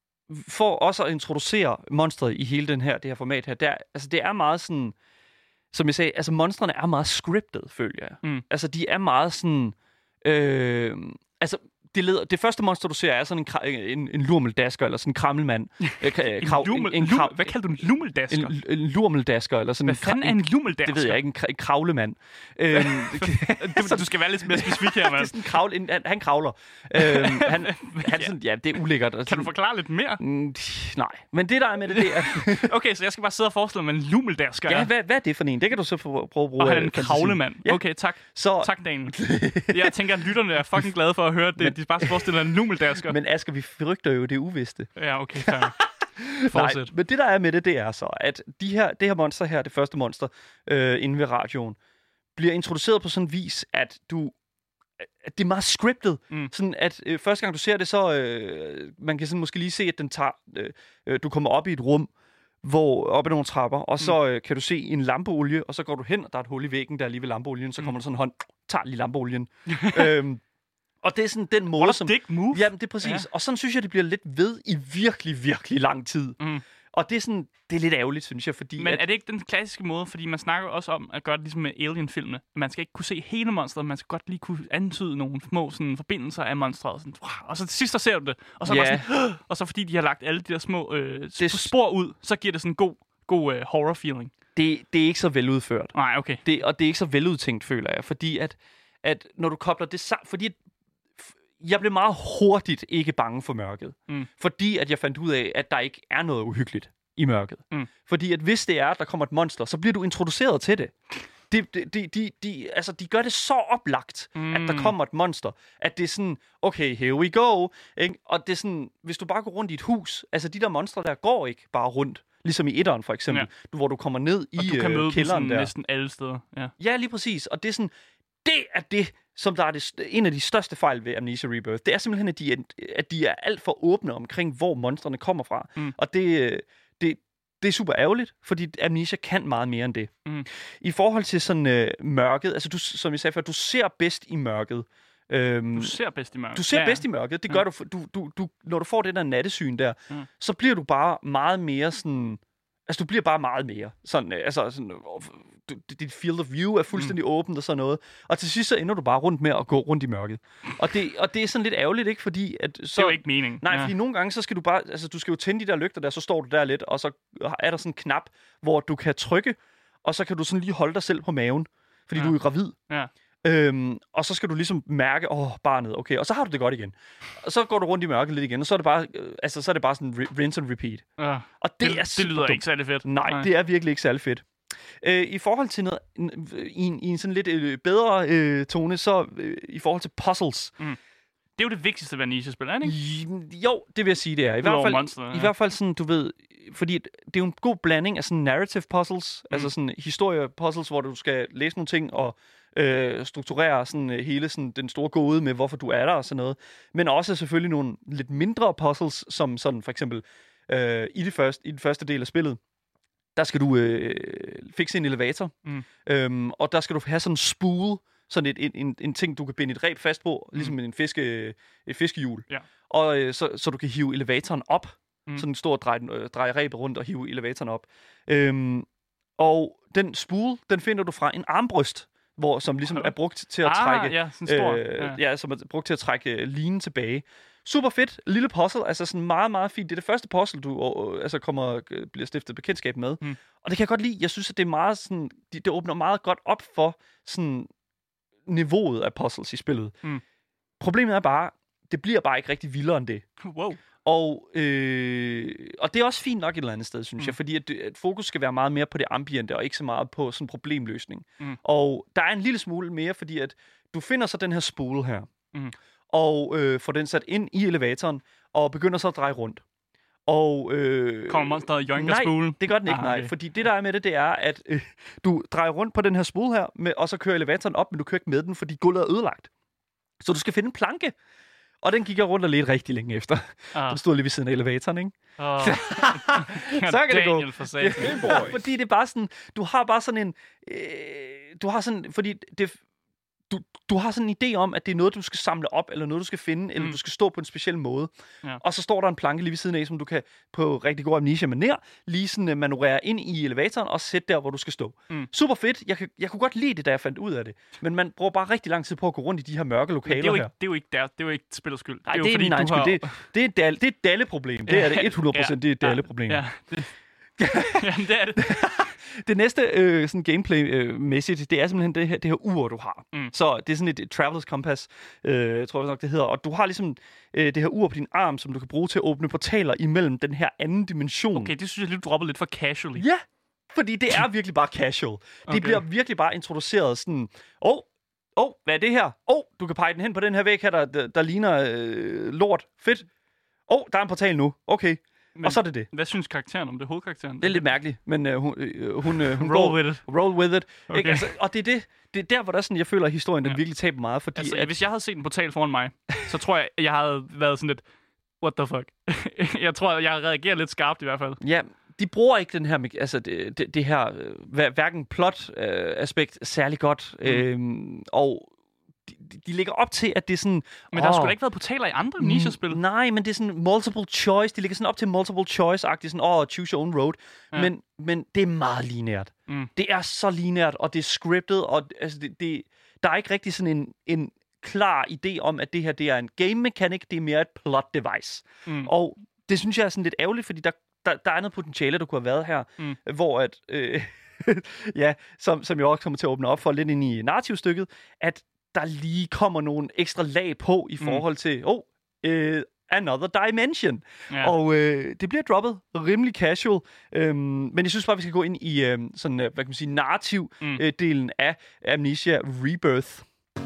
for også at introducere monstret i hele den her, det her format her, der, altså det er meget sådan, som jeg sagde, altså monstrene er meget scriptet, føler jeg. Mm. Altså de er meget sådan, øh, altså det, leder, det første monster, du ser, er sådan en, en, en lurmeldasker, eller sådan en krammelmand. en krav, lummel, en, en krav, hvad kalder du en lummeldasker? En, en lurmeldasker, eller sådan hvad fanden er en lummeldasker? Det ved jeg ikke, en, en kravlemand. øhm, du, du skal være lidt mere specifik her, mand. Det er sådan en kravl, en, han, han kravler. øhm, han, han sådan, ja, det er ulækkert. Kan sådan, du forklare lidt mere? Mm, nej, men det der er med det, det er... okay, så jeg skal bare sidde og forestille mig en lummeldasker. Ja, hvad, hvad er det for en? Det kan du så prøve at bruge. Og han er en kravlemand. Ja. Okay, tak. Så... Tak, Daniel. Jeg tænker, at lytterne er fucking glade for at høre det. De bare forestiller en lummeldasker. Men Asger, vi frygter jo det uviste. Ja, okay, fair. Nej, men det der er med det, det er så, at de her, det her monster her, det første monster, øh, inde ved radioen, bliver introduceret på sådan en vis, at du at det er meget scriptet. Mm. Sådan at øh, første gang du ser det, så øh, man kan sådan måske lige se, at den tager, øh, du kommer op i et rum, hvor op ad nogle trapper, og så øh, kan du se en lampeolie, og så går du hen, og der er et hul i væggen, der er lige ved lampeolien, så kommer mm. der sådan en hånd, tager lige lampeolien. øhm, Og det er sådan den måde, som... dick move. Jamen, det er præcis. Ja. Og sådan synes jeg, det bliver lidt ved i virkelig, virkelig lang tid. Mm. Og det er sådan... Det er lidt ærgerligt, synes jeg, fordi... Men at... er det ikke den klassiske måde? Fordi man snakker også om at gøre det ligesom med Alien-filmene. Man skal ikke kunne se hele monstret, man skal godt lige kunne antyde nogle små sådan, forbindelser af monstret. Sådan, og så til sidst, så ser du det. Og så, yeah. sådan, og så fordi de har lagt alle de der små øh, det... spor ud, så giver det sådan en god, god øh, horror-feeling. Det, det er ikke så veludført. Nej, okay. Det, og det er ikke så veludtænkt, føler jeg. Fordi at, at når du kobler det sammen... Fordi jeg blev meget hurtigt ikke bange for mørket. Mm. Fordi at jeg fandt ud af, at der ikke er noget uhyggeligt i mørket. Mm. Fordi at hvis det er, at der kommer et monster, så bliver du introduceret til det. De, de, de, de, de, altså, de gør det så oplagt, mm. at der kommer et monster, at det er sådan, okay, here we go. Ikke? Og det er sådan, hvis du bare går rundt i et hus, altså de der monstre der går ikke bare rundt. Ligesom i etteren for eksempel, ja. Hvor du kommer ned i kælderen der. Og du kan møde dem sådan næsten alle steder. Ja. ja, lige præcis. Og det er sådan, det er det, som der er det, en af de største fejl ved Amnesia Rebirth. Det er simpelthen, at de er, at de er alt for åbne omkring, hvor monstrene kommer fra. Mm. Og det, det, det er super ærgerligt, fordi Amnesia kan meget mere end det. Mm. I forhold til sådan øh, mørket, altså du, som jeg sagde før, du ser bedst i mørket. Øhm, Du ser bedst i mørket. Du ser ja, bedst i mørket. Det gør ja. du, du, du, du, når du får det der nattesyn der, ja. så bliver du bare meget mere sådan... Altså, du bliver bare meget mere. Sådan, øh, altså, sådan, du, dit field of view er fuldstændig mm. åbent og sådan noget. Og til sidst så ender du bare rundt med at gå rundt i mørket. Og det, og det er sådan lidt ærgerligt, ikke? Fordi at så... Det er jo ikke meningen. Nej, ja. fordi nogle gange, så skal du bare... Altså, du skal jo tænde de der lygter der, så står du der lidt, og så er der sådan en knap, hvor du kan trykke, og så kan du sådan lige holde dig selv på maven, fordi ja. du er gravid. Ja. Øhm, og så skal du ligesom mærke, åh, barnet, okay, og så har du det godt igen. Og så går du rundt i mørket lidt igen, og så er det bare, øh, altså, så er det bare sådan re- rinse and repeat. Ja. Og det, det, er det lyder dumt. ikke særlig fedt. Nej, Nej, det er virkelig ikke særlig fedt. Øh, I forhold til noget, i en, i en sådan lidt øh, bedre øh, tone, så øh, i forhold til puzzles. Mm. Det er jo det vigtigste ved niche-spil, er det ikke? Jo, det vil jeg sige, det er. I hvert fald, monster, ja. i hvert fald sådan, du ved, fordi det er jo en god blanding af sådan narrative puzzles, mm. altså sådan historie-puzzles, hvor du skal læse nogle ting og øh, strukturere sådan øh, hele sådan den store gåde med, hvorfor du er der og sådan noget. Men også selvfølgelig nogle lidt mindre puzzles, som sådan for eksempel øh, i, det første, i den første del af spillet, der skal du øh, fikse en elevator, mm. øhm, og der skal du have sådan en spool, sådan et, en, en, en ting, du kan binde et reb fast på, ligesom mm. en fiske, et fiskehjul. Ja. Og øh, så, så du kan hive elevatoren op, mm. sådan en stor drej, øh, dreje rebet rundt og hive elevatoren op. Øhm, og den spool, den finder du fra en armbryst, hvor, som ligesom er brugt til at ah, trække... Ja, sådan stor. Øh, ja. ja, som er brugt til at trække øh, linen tilbage. Super fedt, lille puzzle, altså sådan meget, meget fint. Det er det første puzzle, du øh, altså kommer, øh, bliver stiftet bekendtskab med. Mm. Og det kan jeg godt lide. Jeg synes, at det er meget sådan... Det, det åbner meget godt op for sådan niveauet af puzzles i spillet. Mm. Problemet er bare, det bliver bare ikke rigtig vildere end det. Wow. Og, øh, og det er også fint nok et eller andet sted, synes mm. jeg, fordi at, at fokus skal være meget mere på det ambiente, og ikke så meget på sådan problemløsning. Mm. Og der er en lille smule mere, fordi at du finder så den her spool her, mm. og øh, får den sat ind i elevatoren, og begynder så at dreje rundt. Og, øh, kommer monsteret joinker spolen? Nej, det gør den ikke, ah, okay. nej. Fordi det, der er med det, det er, at øh, du drejer rundt på den her spool her, med, og så kører elevatoren op, men du kører ikke med den, fordi gulvet er ødelagt. Så du skal finde en planke. Og den gik jeg rundt og ledte rigtig længe efter. Ah. Den stod lige ved siden af elevatoren, ikke? Oh. Så kan det gå. For ja, fordi det er bare sådan, du har bare sådan en, øh, du har sådan, fordi det, du, du har sådan en idé om, at det er noget, du skal samle op, eller noget, du skal finde, mm. eller du skal stå på en speciel måde. Ja. Og så står der en planke lige ved siden af, som du kan på rigtig god amnesia-manér lige sådan uh, manøvrere ind i elevatoren og sætte der, hvor du skal stå. Mm. Super fedt. Jeg, kan, jeg kunne godt lide det, da jeg fandt ud af det. Men man bruger bare rigtig lang tid på at gå rundt i de her mørke lokaler det er jo her. ikke, det er jo ikke, der, det er jo ikke spillets skyld. Nej, det er, det er jo, fordi, min egen skyld. Har... Det, det, er dal, det er et dalle-problem. Det er det hundrede procent. Ja. Det er et dalle-problem. Ja, det... Jamen, det er det. Det næste øh, sådan gameplay-mæssigt, øh, det er simpelthen det her, det her ur, du har. Mm. Så det er sådan et, et Travelers Compass, øh, tror jeg nok, det hedder. Og du har ligesom øh, det her ur på din arm, som du kan bruge til at åbne portaler imellem den her anden dimension. Okay, det synes jeg lidt droppet lidt for casually. Ja, fordi det er virkelig bare casual. Okay. Det bliver virkelig bare introduceret sådan, åh, oh, oh, hvad er det her? Åh, oh, du kan pege den hen på den her væg her, der, der, der ligner øh, lort. Fedt. Åh, oh, der er en portal nu. Okay. Men, og så er det det. Hvad synes karakteren om det, hovedkarakteren? Det er lidt mærkeligt, men øh, hun, øh, hun, øh, hun roll går, with it. Roll with it. Okay. Ikke? Altså, og det er det, det er der, hvor der sådan, jeg føler, at historien den ja. virkelig taber meget, fordi altså, at... hvis jeg havde set en portal foran mig, så tror jeg, jeg havde været sådan lidt, what the fuck? Jeg tror, jeg har reageret lidt skarpt i hvert fald. Ja, de bruger ikke den her, altså det, det, det her, hverken plot-aspekt øh, særlig godt, mm. øhm, og De, de ligger op til, at det er sådan... Men der har sgu da ikke været portaler i andre mm, niche-spil. Nej, men det er sådan multiple choice. De ligger sådan op til multiple choice-agtigt. Sådan, åh, oh, choose your own road. Ja. Men, men det er meget lineært. Mm. Det er så lineært, og det er scriptet, og altså, det, det, der er ikke rigtig sådan en, en klar idé om, at det her det er en game mechanic, det er mere et plot device. Mm. Og det synes jeg er sådan lidt ærgerligt, fordi der, der, der er noget potentiale, der kunne have været her, mm. hvor at... Øh, ja, som, som jeg også kommer til at åbne op for lidt ind i narrativstykket, at der lige kommer nogle ekstra lag på i forhold mm. til, oh, uh, another dimension. Ja. Og uh, det bliver droppet rimelig casual. Um, men jeg synes bare, vi skal gå ind i uh, sådan, uh, hvad kan man sige, narrativ-delen mm. uh, af Amnesia Rebirth.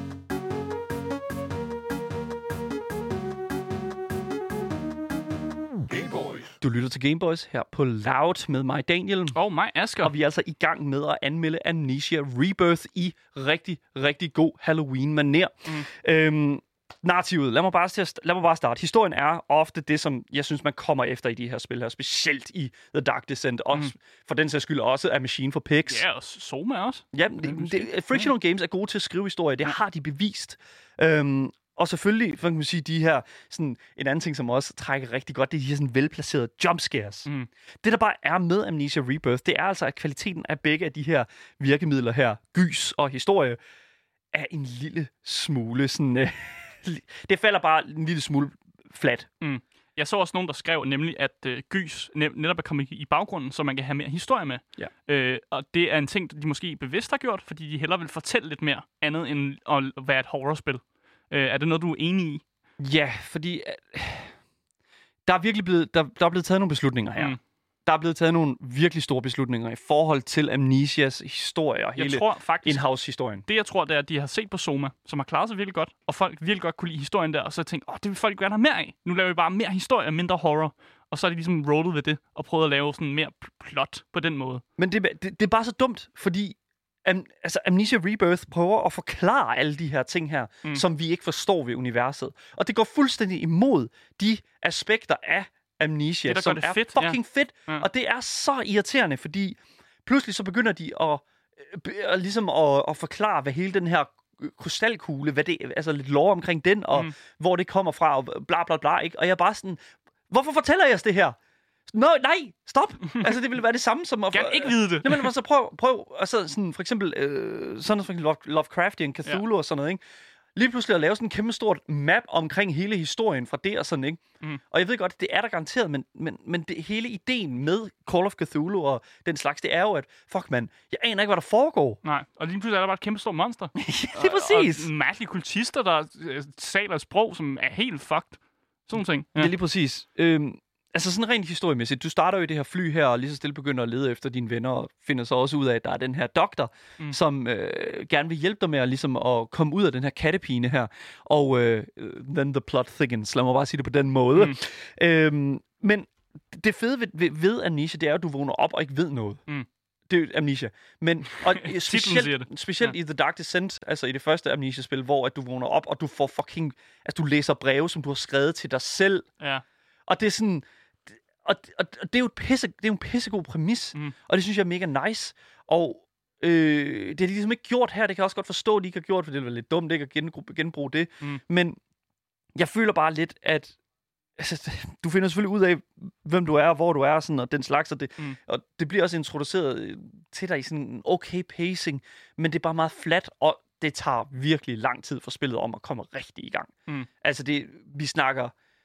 Du lytter til Gameboys her på Loud med mig, Daniel. Og mig, Asger. Og vi er altså i gang med at anmelde Amnesia Rebirth i rigtig, rigtig god Halloween-manér. Mm. Øhm, narrativet, lad mig, bare, lad mig bare starte. Historien er ofte det, som jeg synes, man kommer efter i de her spil her. Specielt i The Dark Descent. Og mm. for den sags skyld også af Machine for Pigs. Ja, og Soma også. Ja, det, det, Frictional Games er gode til at skrive historier. Det har de bevist. Øhm, og selvfølgelig, for kan man sige, de her, sådan, en anden ting, som også trækker rigtig godt, det er de her sådan velplacerede jumpscares. Mm. Det, der bare er med Amnesia Rebirth, det er altså, at kvaliteten af begge af de her virkemidler her, gys og historie, er en lille smule sådan... Øh, det falder bare en lille smule flat. Mm. Jeg så også nogen, der skrev nemlig, at øh, gys net, netop er kommet i baggrunden, så man kan have mere historie med. Ja. Øh, og det er en ting, de måske bevidst har gjort, fordi de hellere vil fortælle lidt mere andet end at være et horrorspil. Øh, er det noget, du er enig i? Ja, fordi øh, der er virkelig blevet, der, der er blevet taget nogle beslutninger her. Mm. Der er blevet taget nogle virkelig store beslutninger i forhold til Amnesias historie og hele in-house-historien. Det, jeg tror, det er, at de har set på Soma, som har klaret sig virkelig godt, og folk virkelig godt kunne lide historien der, og så tænkt, åh, det vil folk gerne have mere af. Nu laver vi bare mere historie og mindre horror. Og så er de ligesom rollet ved det, og prøvet at lave sådan mere plot på den måde. Men det, det, det er bare så dumt, fordi Am, altså Amnesia Rebirth prøver at forklare alle de her ting her, mm. som vi ikke forstår ved universet. Og det går fuldstændig imod de aspekter af Amnesia, det, som er fedt, fucking ja. fedt. Ja. Og det er så irriterende, fordi pludselig så begynder de at, øh, ligesom at, at forklare, hvad hele den her krystalkugle, hvad det, altså lidt lore omkring den, og mm. hvor det kommer fra, og bla bla bla, ikke? Og jeg er bare sådan, hvorfor fortæller jeg os det her? Nå, nej, stop! Altså, det ville være det samme som... Jeg kan ikke vide det. Jamen, så prøv, prøv altså, sådan, for eksempel, øh, sådan for eksempel Lovecraftian, Cthulhu ja. og sådan noget, ikke? Lige pludselig at lave sådan en kæmpe stort map omkring hele historien fra det og sådan, ikke? Mm. Og jeg ved godt, det er der garanteret, men, men, men det, hele ideen med Call of Cthulhu og den slags, det er jo, at fuck man, jeg aner ikke, hvad der foregår. Nej, og lige pludselig er der bare et kæmpe stort monster. Det er præcis. Og, og mærkelige kultister, der saler et sprog, som er helt fucked. Sådan ting. Ja. Det er lige præcis. Øhm, Altså sådan rent historiemæssigt. Du starter jo i det her fly her, og lige så stille begynder at lede efter dine venner, og finder så også ud af, at der er den her doktor, mm. som øh, gerne vil hjælpe dig med at, ligesom, at komme ud af den her kattepine her. Og øh, then the plot thickens. Lad mig bare sige det på den måde. Mm. Øhm, men det fede ved, ved, ved Amnesia, det er at du vågner op og ikke ved noget. Mm. Det er Amnesia. Men og specielt, specielt ja. i The Dark Descent, altså i det første Amnesia-spil, hvor at du vågner op, og du får fucking... Altså du læser breve, som du har skrevet til dig selv. Ja. Og det er sådan... Og, og, og det er jo et pisse, det er jo en pissegod præmis, mm. og det synes jeg er mega nice. Og øh, det er de ligesom ikke gjort her. Det kan jeg også godt forstå, at de ikke har gjort, for det er lidt dumt ikke at genbruge, genbruge det. Mm. Men jeg føler bare lidt, at altså, du finder selvfølgelig ud af, hvem du er, og hvor du er, og, sådan, og den slags. Og det, mm. og det bliver også introduceret til dig i sådan en okay pacing, men det er bare meget flat, og det tager virkelig lang tid for spillet om at komme rigtig i gang. Mm. Altså, det, vi snakker...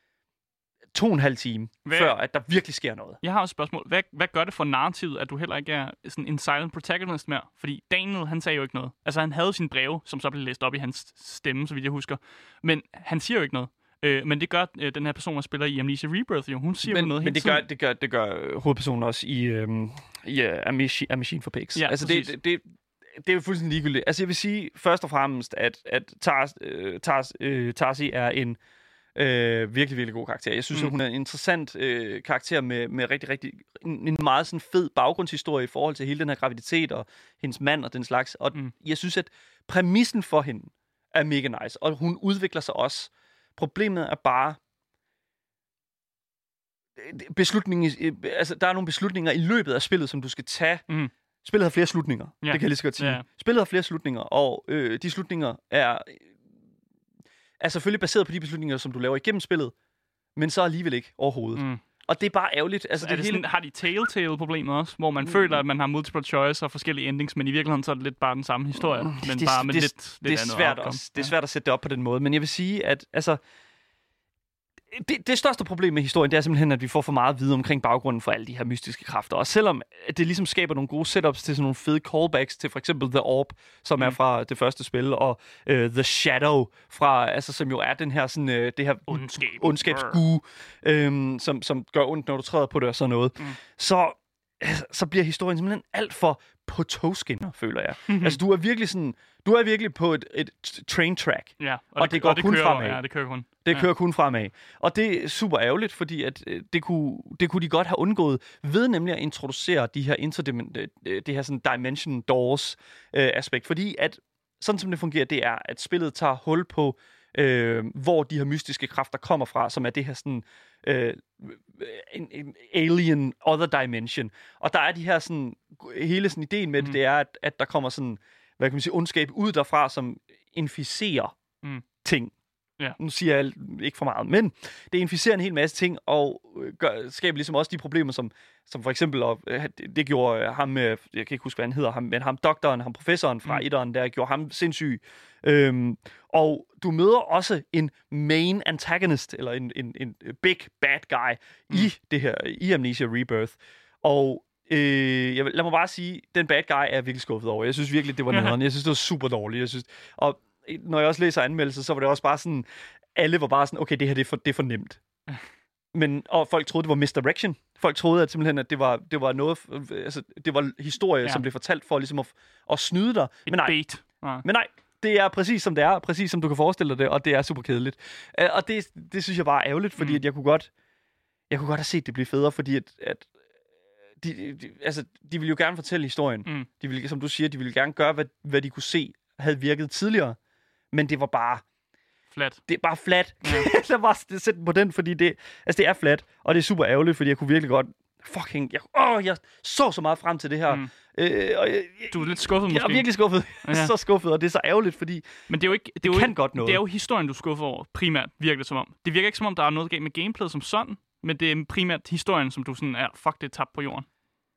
to og en halv time, hvad, før at der virkelig sker noget. Jeg har også et spørgsmål. Hvad, hvad gør det for narrativet, at du heller ikke er sådan en silent protagonist mere? Fordi Daniel, han sagde jo ikke noget. Altså, han havde sin breve, som så blev læst op i hans stemme, så vidt jeg husker. Men han siger jo ikke noget. Øh, men det gør øh, den her person, der spiller i Amnesia Rebirth, jo. Hun siger men, jo noget men hele det gør, det gør, det gør hovedpersonen også i, øhm, i uh, A Machine for Pigs. Ja, altså, det, det, det, det er jo fuldstændig ligegyldigt. Altså, jeg vil sige først og fremmest, at, at Tars, øh, Tars, øh, Tarsi er en Øh, virkelig, virkelig god karakter. Jeg synes, mm. at hun er en interessant øh, karakter med, med rigtig, rigtig en, en meget sådan fed baggrundshistorie i forhold til hele den her graviditet og hendes mand og den slags. Og mm. jeg synes, at præmissen for hende er mega nice, og hun udvikler sig også. Problemet er bare beslutningen, altså der er nogle beslutninger i løbet af spillet, som du skal tage. Mm. Spillet har flere slutninger, yeah. det kan jeg lige så godt sige. Yeah. Spillet har flere slutninger, og øh, de slutninger er er selvfølgelig baseret på de beslutninger, som du laver igennem spillet, men så alligevel ikke overhovedet. Mm. Og det er bare ærgerligt. Altså, er det det hele... sådan, har de telltale-problemer også, hvor man mm. føler, at man har multiple choice og forskellige endings, men i virkeligheden så er det lidt bare den samme historie, mm. men det, bare med det, lidt, det, lidt det andet svært outcome. også, det er svært at sætte det op på den måde, men jeg vil sige, at altså, det, det største problem med historien, det er simpelthen, at vi får for meget at vide omkring baggrunden for alle de her mystiske kræfter. Og selvom det ligesom skaber nogle gode setups til sådan nogle fede callbacks til for eksempel The Orb, som mm. er fra det første spil, og uh, The Shadow, fra, altså, som jo er den her sådan, uh, det her Ondskab. ondskabsgue, um, som, som gør ondt, når du træder på det og sådan noget. Mm. Så, så bliver historien simpelthen alt for på togskinner, føler jeg. Mm-hmm. Altså, du er virkelig sådan, du er virkelig på et, et train track, ja, og, og det, det går og det kun kører, fremad. Ja, det kører kun. Det ja. kører kun fremad. Og det er super ærgerligt, fordi at, øh, det, kunne, det kunne de godt have undgået ved nemlig at introducere de her interdimen- øh, det her sådan dimension doors øh, aspekt. Fordi at, sådan som det fungerer, det er, at spillet tager hul på, øh, hvor de her mystiske kræfter kommer fra, som er det her sådan øh, en, en alien other dimension. Og der er de her sådan, hele sådan ideen med mm. det, det er, at, at der kommer sådan, hvad kan man sige, ondskab ud derfra, som inficerer mm. ting. Ja. Nu siger jeg ikke for meget, men det inficerer en hel masse ting, og gør, skaber ligesom også de problemer, som, som for eksempel, og, det, det gjorde ham, jeg kan ikke huske, hvad han hedder, ham, men ham doktoren, ham professoren fra mm. etteren, der gjorde ham sindssyg. Øhm, og du møder også en main antagonist, eller en, en, en big bad guy, mm. i det her, i Amnesia Rebirth. Og øh, jeg, lad mig bare sige, den bad guy er jeg virkelig skuffet over. Jeg synes virkelig, det var nederen. Jeg synes, det var super dårligt. Jeg synes, og når jeg også læser anmeldelser, så var det også bare sådan, alle var bare sådan, okay, det her det er for, det er for nemt. Men, og folk troede, det var misdirection. Folk troede at simpelthen, at det var, det var noget, altså, det var historie, ja. som blev fortalt for ligesom at, at snyde dig. Et men nej, bait. Ja. men nej, det er præcis som det er, præcis som du kan forestille dig det, og det er super kedeligt. Uh, og det, det synes jeg bare er ærgerligt, fordi mm. at jeg kunne godt, jeg kunne godt have set det blive federe, fordi at, at de, de, altså, de ville jo gerne fortælle historien. Mm. De ville, som du siger, de ville gerne gøre, hvad, hvad de kunne se havde virket tidligere. Men det var bare... Flat. Det er bare flat. Ja. Lad bare sætte den på den, fordi det, altså det er flat. Og det er super ærgerligt, fordi jeg kunne virkelig godt... Fucking... Jeg, åh, jeg så så meget frem til det her. Mm. Øh, og jeg, du er lidt skuffet, måske? Jeg er virkelig skuffet. Ja. Så skuffet, og det er så ærgerligt, fordi... Men det er jo ikke... Det, er jo kan ikke, godt noget. Det er jo historien, du er skuffet over, primært, virker det som om. Det virker ikke som om, der er noget galt med gameplayet som sådan, men det er primært historien, som du sådan er... Fuck, det er tabt på jorden.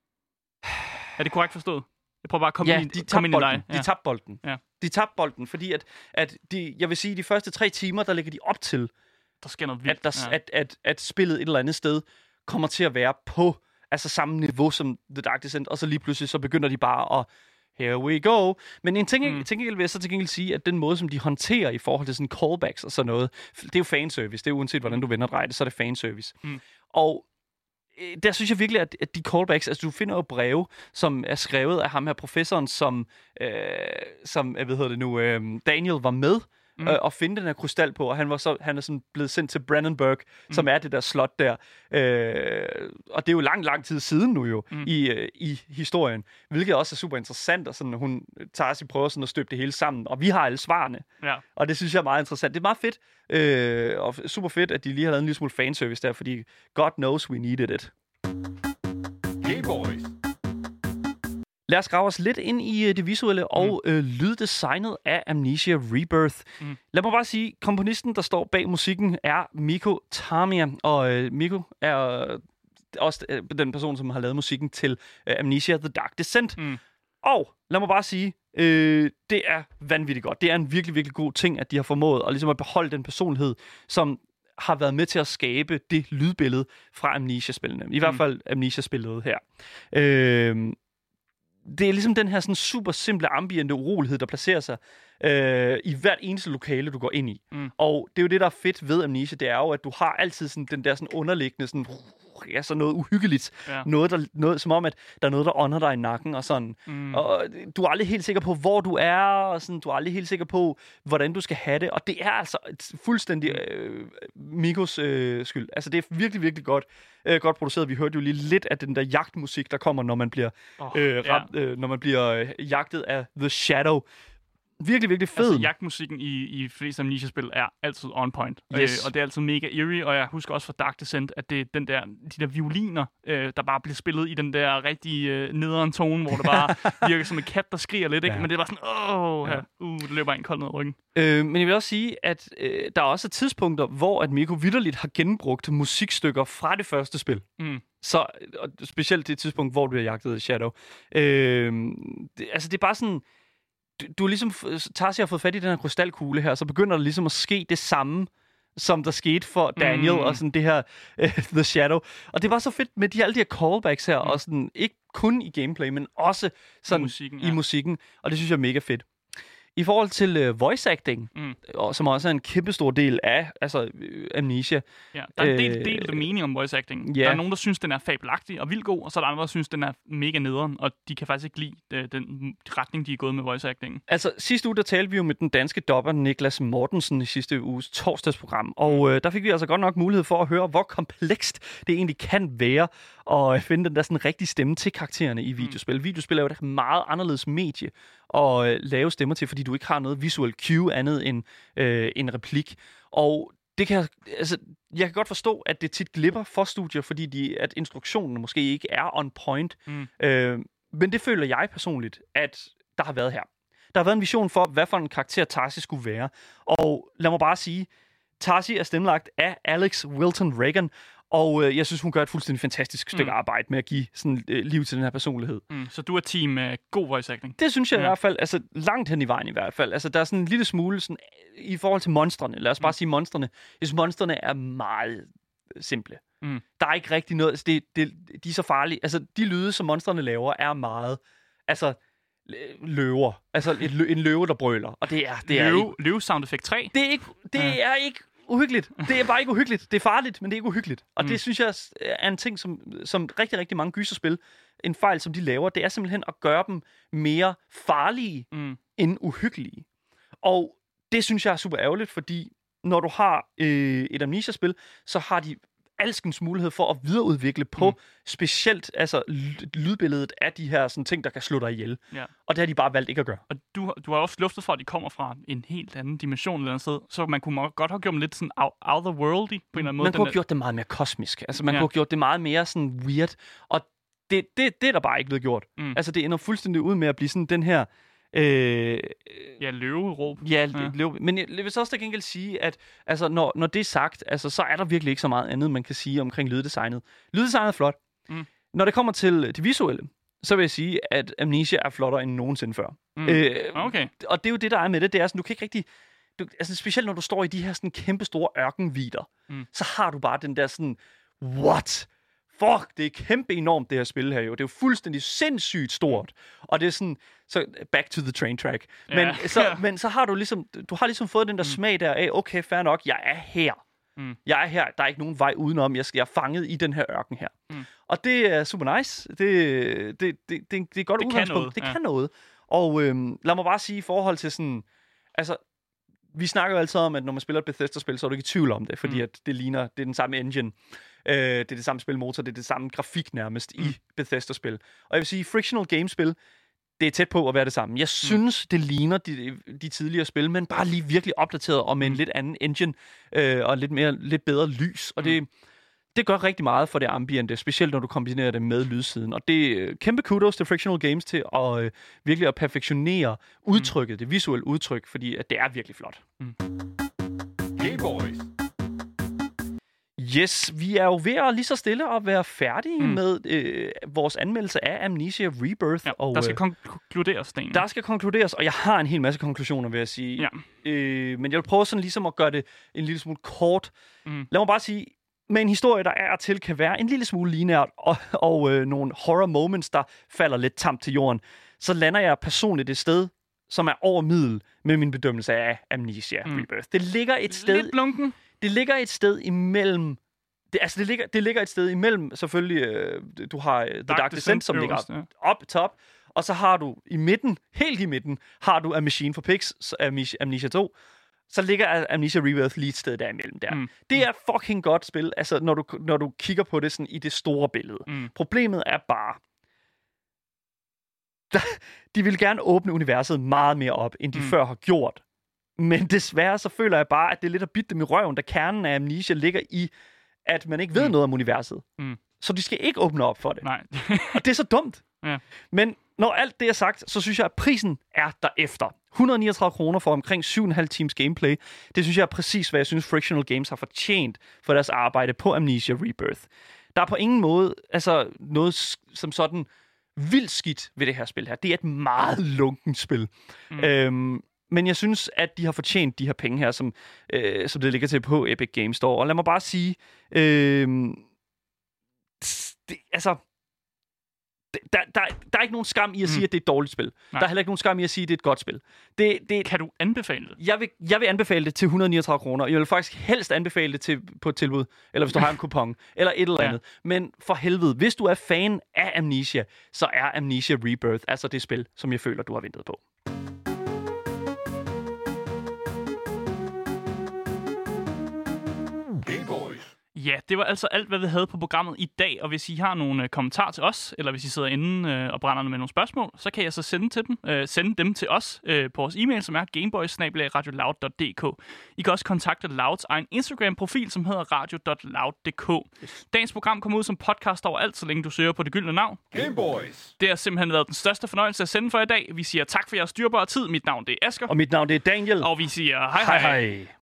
Er det korrekt forstået? Jeg prøver bare at komme ja, ind, de komme ind i dig. Ja, de tabte bolden. Ja. De tabte bolden, fordi at, at de, jeg vil sige, de første tre timer, der ligger de op til, der sker noget vildt. At, der, ja. at, at, at spillet et eller andet sted kommer til at være på altså samme niveau som The Dark Descent, og så lige pludselig så begynder de bare at here we go. Men en ting, mm. ting vil jeg så til gengæld sige, at den måde, som de håndterer i forhold til sådan callbacks og sådan noget, det er jo fanservice. Det er uanset, hvordan du vender og drejer det, så er det fanservice. Mm. Og der synes jeg virkelig, at de callbacks, altså du finder jo breve, som er skrevet af ham her professoren, som, øh, som hvad hedder det nu, øh, Daniel var med mm. øh, og finde den her krystal på, og han var så han er sådan blevet sendt til Brandenburg, mm. som er det der slot der. Øh, og det er jo lang, lang tid siden nu jo, mm. i, øh, i historien, hvilket også er super interessant, og sådan, hun tager sig prøver sådan at støbe det hele sammen, og vi har alle svarene. Ja. Og det synes jeg er meget interessant. Det er meget fedt, øh, og super fedt, at de lige har lavet en lille smule fanservice der, fordi God knows we needed it. Game Boys. Lad os grave os lidt ind i det visuelle og mm. øh, lyddesignet af Amnesia Rebirth. Mm. Lad mig bare sige, komponisten, der står bag musikken, er Mikko Tamia. Og øh, Mikko er øh, også øh, den person, som har lavet musikken til øh, Amnesia The Dark Descent. Mm. Og lad mig bare sige, øh, det er vanvittigt godt. Det er en virkelig, virkelig god ting, at de har formået at, ligesom at beholde den personlighed, som har været med til at skabe det lydbillede fra Amnesia-spillene. I mm. hvert fald Amnesia-spillet her. Øh, Det er ligesom den her sådan super simple ambiente urolighed, der placerer sig øh, i hvert eneste lokale, du går ind i. Mm. Og det er jo det, der er fedt ved Amnesia, det er jo, at du har altid sådan den der sådan underliggende, sådan, ja, sådan noget uhyggeligt. Ja. Noget, der, noget, som om, at der er noget, der ånder dig i nakken og sådan. Mm. Og du er aldrig helt sikker på, hvor du er, og sådan, du er aldrig helt sikker på, hvordan du skal have det. Og det er altså fuldstændig øh, Mikos øh, skyld. Altså, det er virkelig, virkelig godt. Øh, godt produceret. Vi hørte jo lige lidt af den der jagtmusik, der kommer, når man bliver, oh, øh, ramt, ja. øh, når man bliver øh, jagtet af The Shadow. Virkelig, virkelig fed. Altså, jagtmusikken i, i fleste Amnesia-spil er altid on point. Yes. Øh, og det er altid mega eerie, og jeg husker også fra Dark Descent, at det er den der, de der violiner, øh, der bare bliver spillet i den der rigtig øh, nederen tone, hvor det bare virker som en kat, der skriger lidt, ikke? Ja. Men det er bare sådan, åh, ja. uh, det løber en kold ned ad ryggen. Øh, men jeg vil også sige, at øh, der er også tidspunkter, hvor at Mikko vitterligt har genbrugt musikstykker fra det første spil. Mm. Så, og specielt det tidspunkt, hvor du har jagtet Shadow. Øh, det, altså, det er bare sådan... Du, du ligesom, Tarsi har fået fat i den her krystalkugle her, så begynder der ligesom at ske det samme, som der skete for Daniel mm. og sådan det her uh, The Shadow. Og det var så fedt med de, alle de her callbacks her, mm. og sådan, ikke kun i gameplay, men også sådan I musikken. I ja. musikken. Og det synes jeg er mega fedt. I forhold til uh, voice acting, mm. og, som også er en kæmpe stor del af altså, uh, Amnesia. Ja, der er en del, del af mening om voice acting. Yeah. Der er nogen, der synes, den er fabelagtig og vildt god, og så er der andre, der synes, den er mega nederen, og de kan faktisk ikke lide uh, den retning, de er gået med voice acting. Altså, sidste uge, der talte vi jo med den danske dopper Niklas Mortensen i sidste uges torsdagsprogram, og uh, der fik vi altså godt nok mulighed for at høre, hvor komplekst det egentlig kan være at finde den der sådan rigtig stemme til karaktererne i videospil. Mm. Videospil er jo et meget anderledes medie at øh, lave stemmer til, fordi du ikke har noget visual cue andet end øh, en replik. Og det kan, altså, jeg kan godt forstå, at det tit glipper for studier, fordi de, at instruktionen måske ikke er on point. Mm. Øh, men det føler jeg personligt, at der har været her. Der Der har været en vision for, hvad for en karakter Tarsi skulle være. Og lad mig bare sige, Tarsi er stemmelagt af Alex Wilton Reagan, og øh, jeg synes, hun gør et fuldstændig fantastisk stykke mm. arbejde med at give sådan, øh, liv til den her personlighed. Mm. Så du er team øh, god voice acting? Det synes jeg ja. i hvert fald, altså langt hen i vejen i hvert fald. Altså der er sådan en lille smule sådan, i forhold til monstrene. Lad os bare mm. sige monstrene. Jeg synes, monstrene er meget simple. Mm. Der er ikke rigtig noget, altså det, det, de er så farlige. Altså de lyde, som monstrene laver, er meget, altså løver. Altså et lø, en løve, der brøler. Og det er, det er løve, ikke... Løve sound effect tre? Det er ikke, det ja. er ikke uhyggeligt. Det er bare ikke uhyggeligt. Det er farligt, men det er ikke uhyggeligt. Og mm. det synes jeg er en ting, som, som rigtig, rigtig mange gyserspil, en fejl, som de laver, det er simpelthen at gøre dem mere farlige mm. end uhyggelige. Og det synes jeg er super ærgerligt, fordi når du har øh, et Amnesia-spil, så har de alskens mulighed for at videreudvikle på mm. specielt altså lydbilledet af de her sådan, ting, der kan slå dig ihjel. Ja. Og det har de bare valgt ikke at gøre. Og du, du har også luftet for, at de kommer fra en helt anden dimension eller andet sted, så man kunne godt have gjort dem lidt sådan otherworldy på en eller anden måde. Man kunne have gjort det meget mere kosmisk. Altså man ja. kunne have gjort det meget mere sådan weird. Og det, det, det er der bare ikke blevet gjort. Mm. Altså det ender fuldstændig ud med at blive sådan den her Øh, ja, løveråb. Ja, ja. Løve. Men jeg vil så også da gengæld sige, at altså, når, når det er sagt, altså, så er der virkelig ikke så meget andet, man kan sige omkring lyddesignet. Lyddesignet er flot. Mm. Når det kommer til det visuelle, så vil jeg sige, at Amnesia er flottere end nogensinde før. Mm. Øh, okay. Og det er jo det, der er med det. Det er sådan, du kan ikke rigtig... Du, altså, specielt når du står i de her sådan, kæmpe store ørkenvider, mm. så har du bare den der sådan... What? Fuck, det er kæmpe enormt, det her spil her jo. Det er jo fuldstændig sindssygt stort. Og det er sådan, så back to the train track. Men, yeah. så, men så har du ligesom, du har ligesom fået den der mm. smag der af, okay, fair nok, jeg er her. Mm. Jeg er her, der er ikke nogen vej udenom, jeg, skal, jeg er fanget i den her ørken her. Mm. Og det er super nice. Det, det, det, det, det er godt det udgangspunkt. Kan det ja. kan noget. Og øhm, lad mig bare sige, i forhold til sådan, altså, vi snakker jo altid om, at når man spiller et Bethesda-spil, så er du ikke i tvivl om det, fordi mm. at det ligner, det er den samme engine. Uh, det er det samme spilmotor, det er det samme grafik nærmest mm. i Bethesda-spil. Og jeg vil sige, frictional game-spil, det er tæt på at være det samme. Jeg synes, mm. det ligner de, de tidligere spil, men bare lige virkelig opdateret og med en lidt anden engine uh, og lidt mere lidt bedre lys. Og det, det gør rigtig meget for det ambiente, specielt når du kombinerer det med lydsiden. Og det er kæmpe kudos til Frictional Games til at uh, virkelig at perfektionere udtrykket, mm. det visuelle udtryk, fordi at det er virkelig flot. Mm. Game Boys. Yes, vi er jo ved at lige så stille at være færdige mm. med øh, vores anmeldelse af Amnesia Rebirth. Ja, og, der skal konkluderes, Sten. Der skal konkluderes, og jeg har en hel masse konklusioner, vil jeg sige. Ja. Øh, men jeg vil prøve sådan ligesom at gøre det en lille smule kort. Mm. Lad mig bare sige, med en historie, der er til, kan være en lille smule lineært, og, og øh, nogle horror moments, der falder lidt tamt til jorden, så lander jeg personligt et sted, som er over middel med min bedømmelse af Amnesia mm. Rebirth. Det ligger et sted... Lidt blunken. Det ligger et sted imellem... Det, altså, det ligger, det ligger et sted imellem, selvfølgelig, øh, du har uh, The Dark, Dark Descent, som ligger ja. op top, og så har du i midten, helt i midten, har du A Machine for Pigs, Amnesia, Amnesia to, så ligger Amnesia Rebirth lige et sted derimellem der. Mm. Det er fucking godt spil, altså, når du, når du kigger på det sådan i det store billede. Mm. Problemet er bare, de vil gerne åbne universet meget mere op, end de mm. før har gjort. Men desværre så føler jeg bare, at det er lidt at bitte dem i røven, da kernen af Amnesia ligger i, at man ikke ved mm. noget om universet. Mm. Så de skal ikke åbne op for det. Nej. Og det er så dumt. Ja. Men når alt det er sagt, så synes jeg, at prisen er derefter. et hundrede og niogtredive kroner for omkring syv og en halv times gameplay. Det synes jeg er præcis, hvad jeg synes Frictional Games har fortjent for deres arbejde på Amnesia Rebirth. Der er på ingen måde altså noget som sådan vildt skidt ved det her spil her. Det er et meget lunkent spil. Mm. Øhm, Men jeg synes, at de har fortjent de her penge her, som, øh, som det ligger til på Epic Games Store. Og lad mig bare sige, øh, det, altså, der, der, der er ikke nogen skam i at sige, mm. at det er et dårligt spil. Nej. Der er heller ikke nogen skam i at sige, at det er et godt spil. Det, det, kan du anbefale det? Jeg vil, jeg vil anbefale det til et hundrede og niogtredive kroner. Jeg vil faktisk helst anbefale det til, på et tilbud, eller hvis du har en kupon, eller et eller andet. Ja. Men for helvede, hvis du er fan af Amnesia, så er Amnesia Rebirth altså det spil, som jeg føler, du har ventet på. Ja, det var altså alt, hvad vi havde på programmet i dag, og hvis I har nogle øh, kommentarer til os, eller hvis I sidder inde øh, og brænder med nogle spørgsmål, så kan jeg så sende, til dem, øh, sende dem til os øh, på vores e-mail, som er gameboys snabel-a radioloud punktum d k. I kan også kontakte Louds egen Instagram-profil, som hedder radio punktum loud punktum d k. Yes. Dagens program kommer ud som podcast overalt, så længe du søger på det gyldne navn. Gameboys. Det har simpelthen været den største fornøjelse at sende for i dag. Vi siger tak for jeres dyrebare tid. Mit navn det er Asger. Og mit navn det er Daniel. Og vi siger hej hej. Hej hej.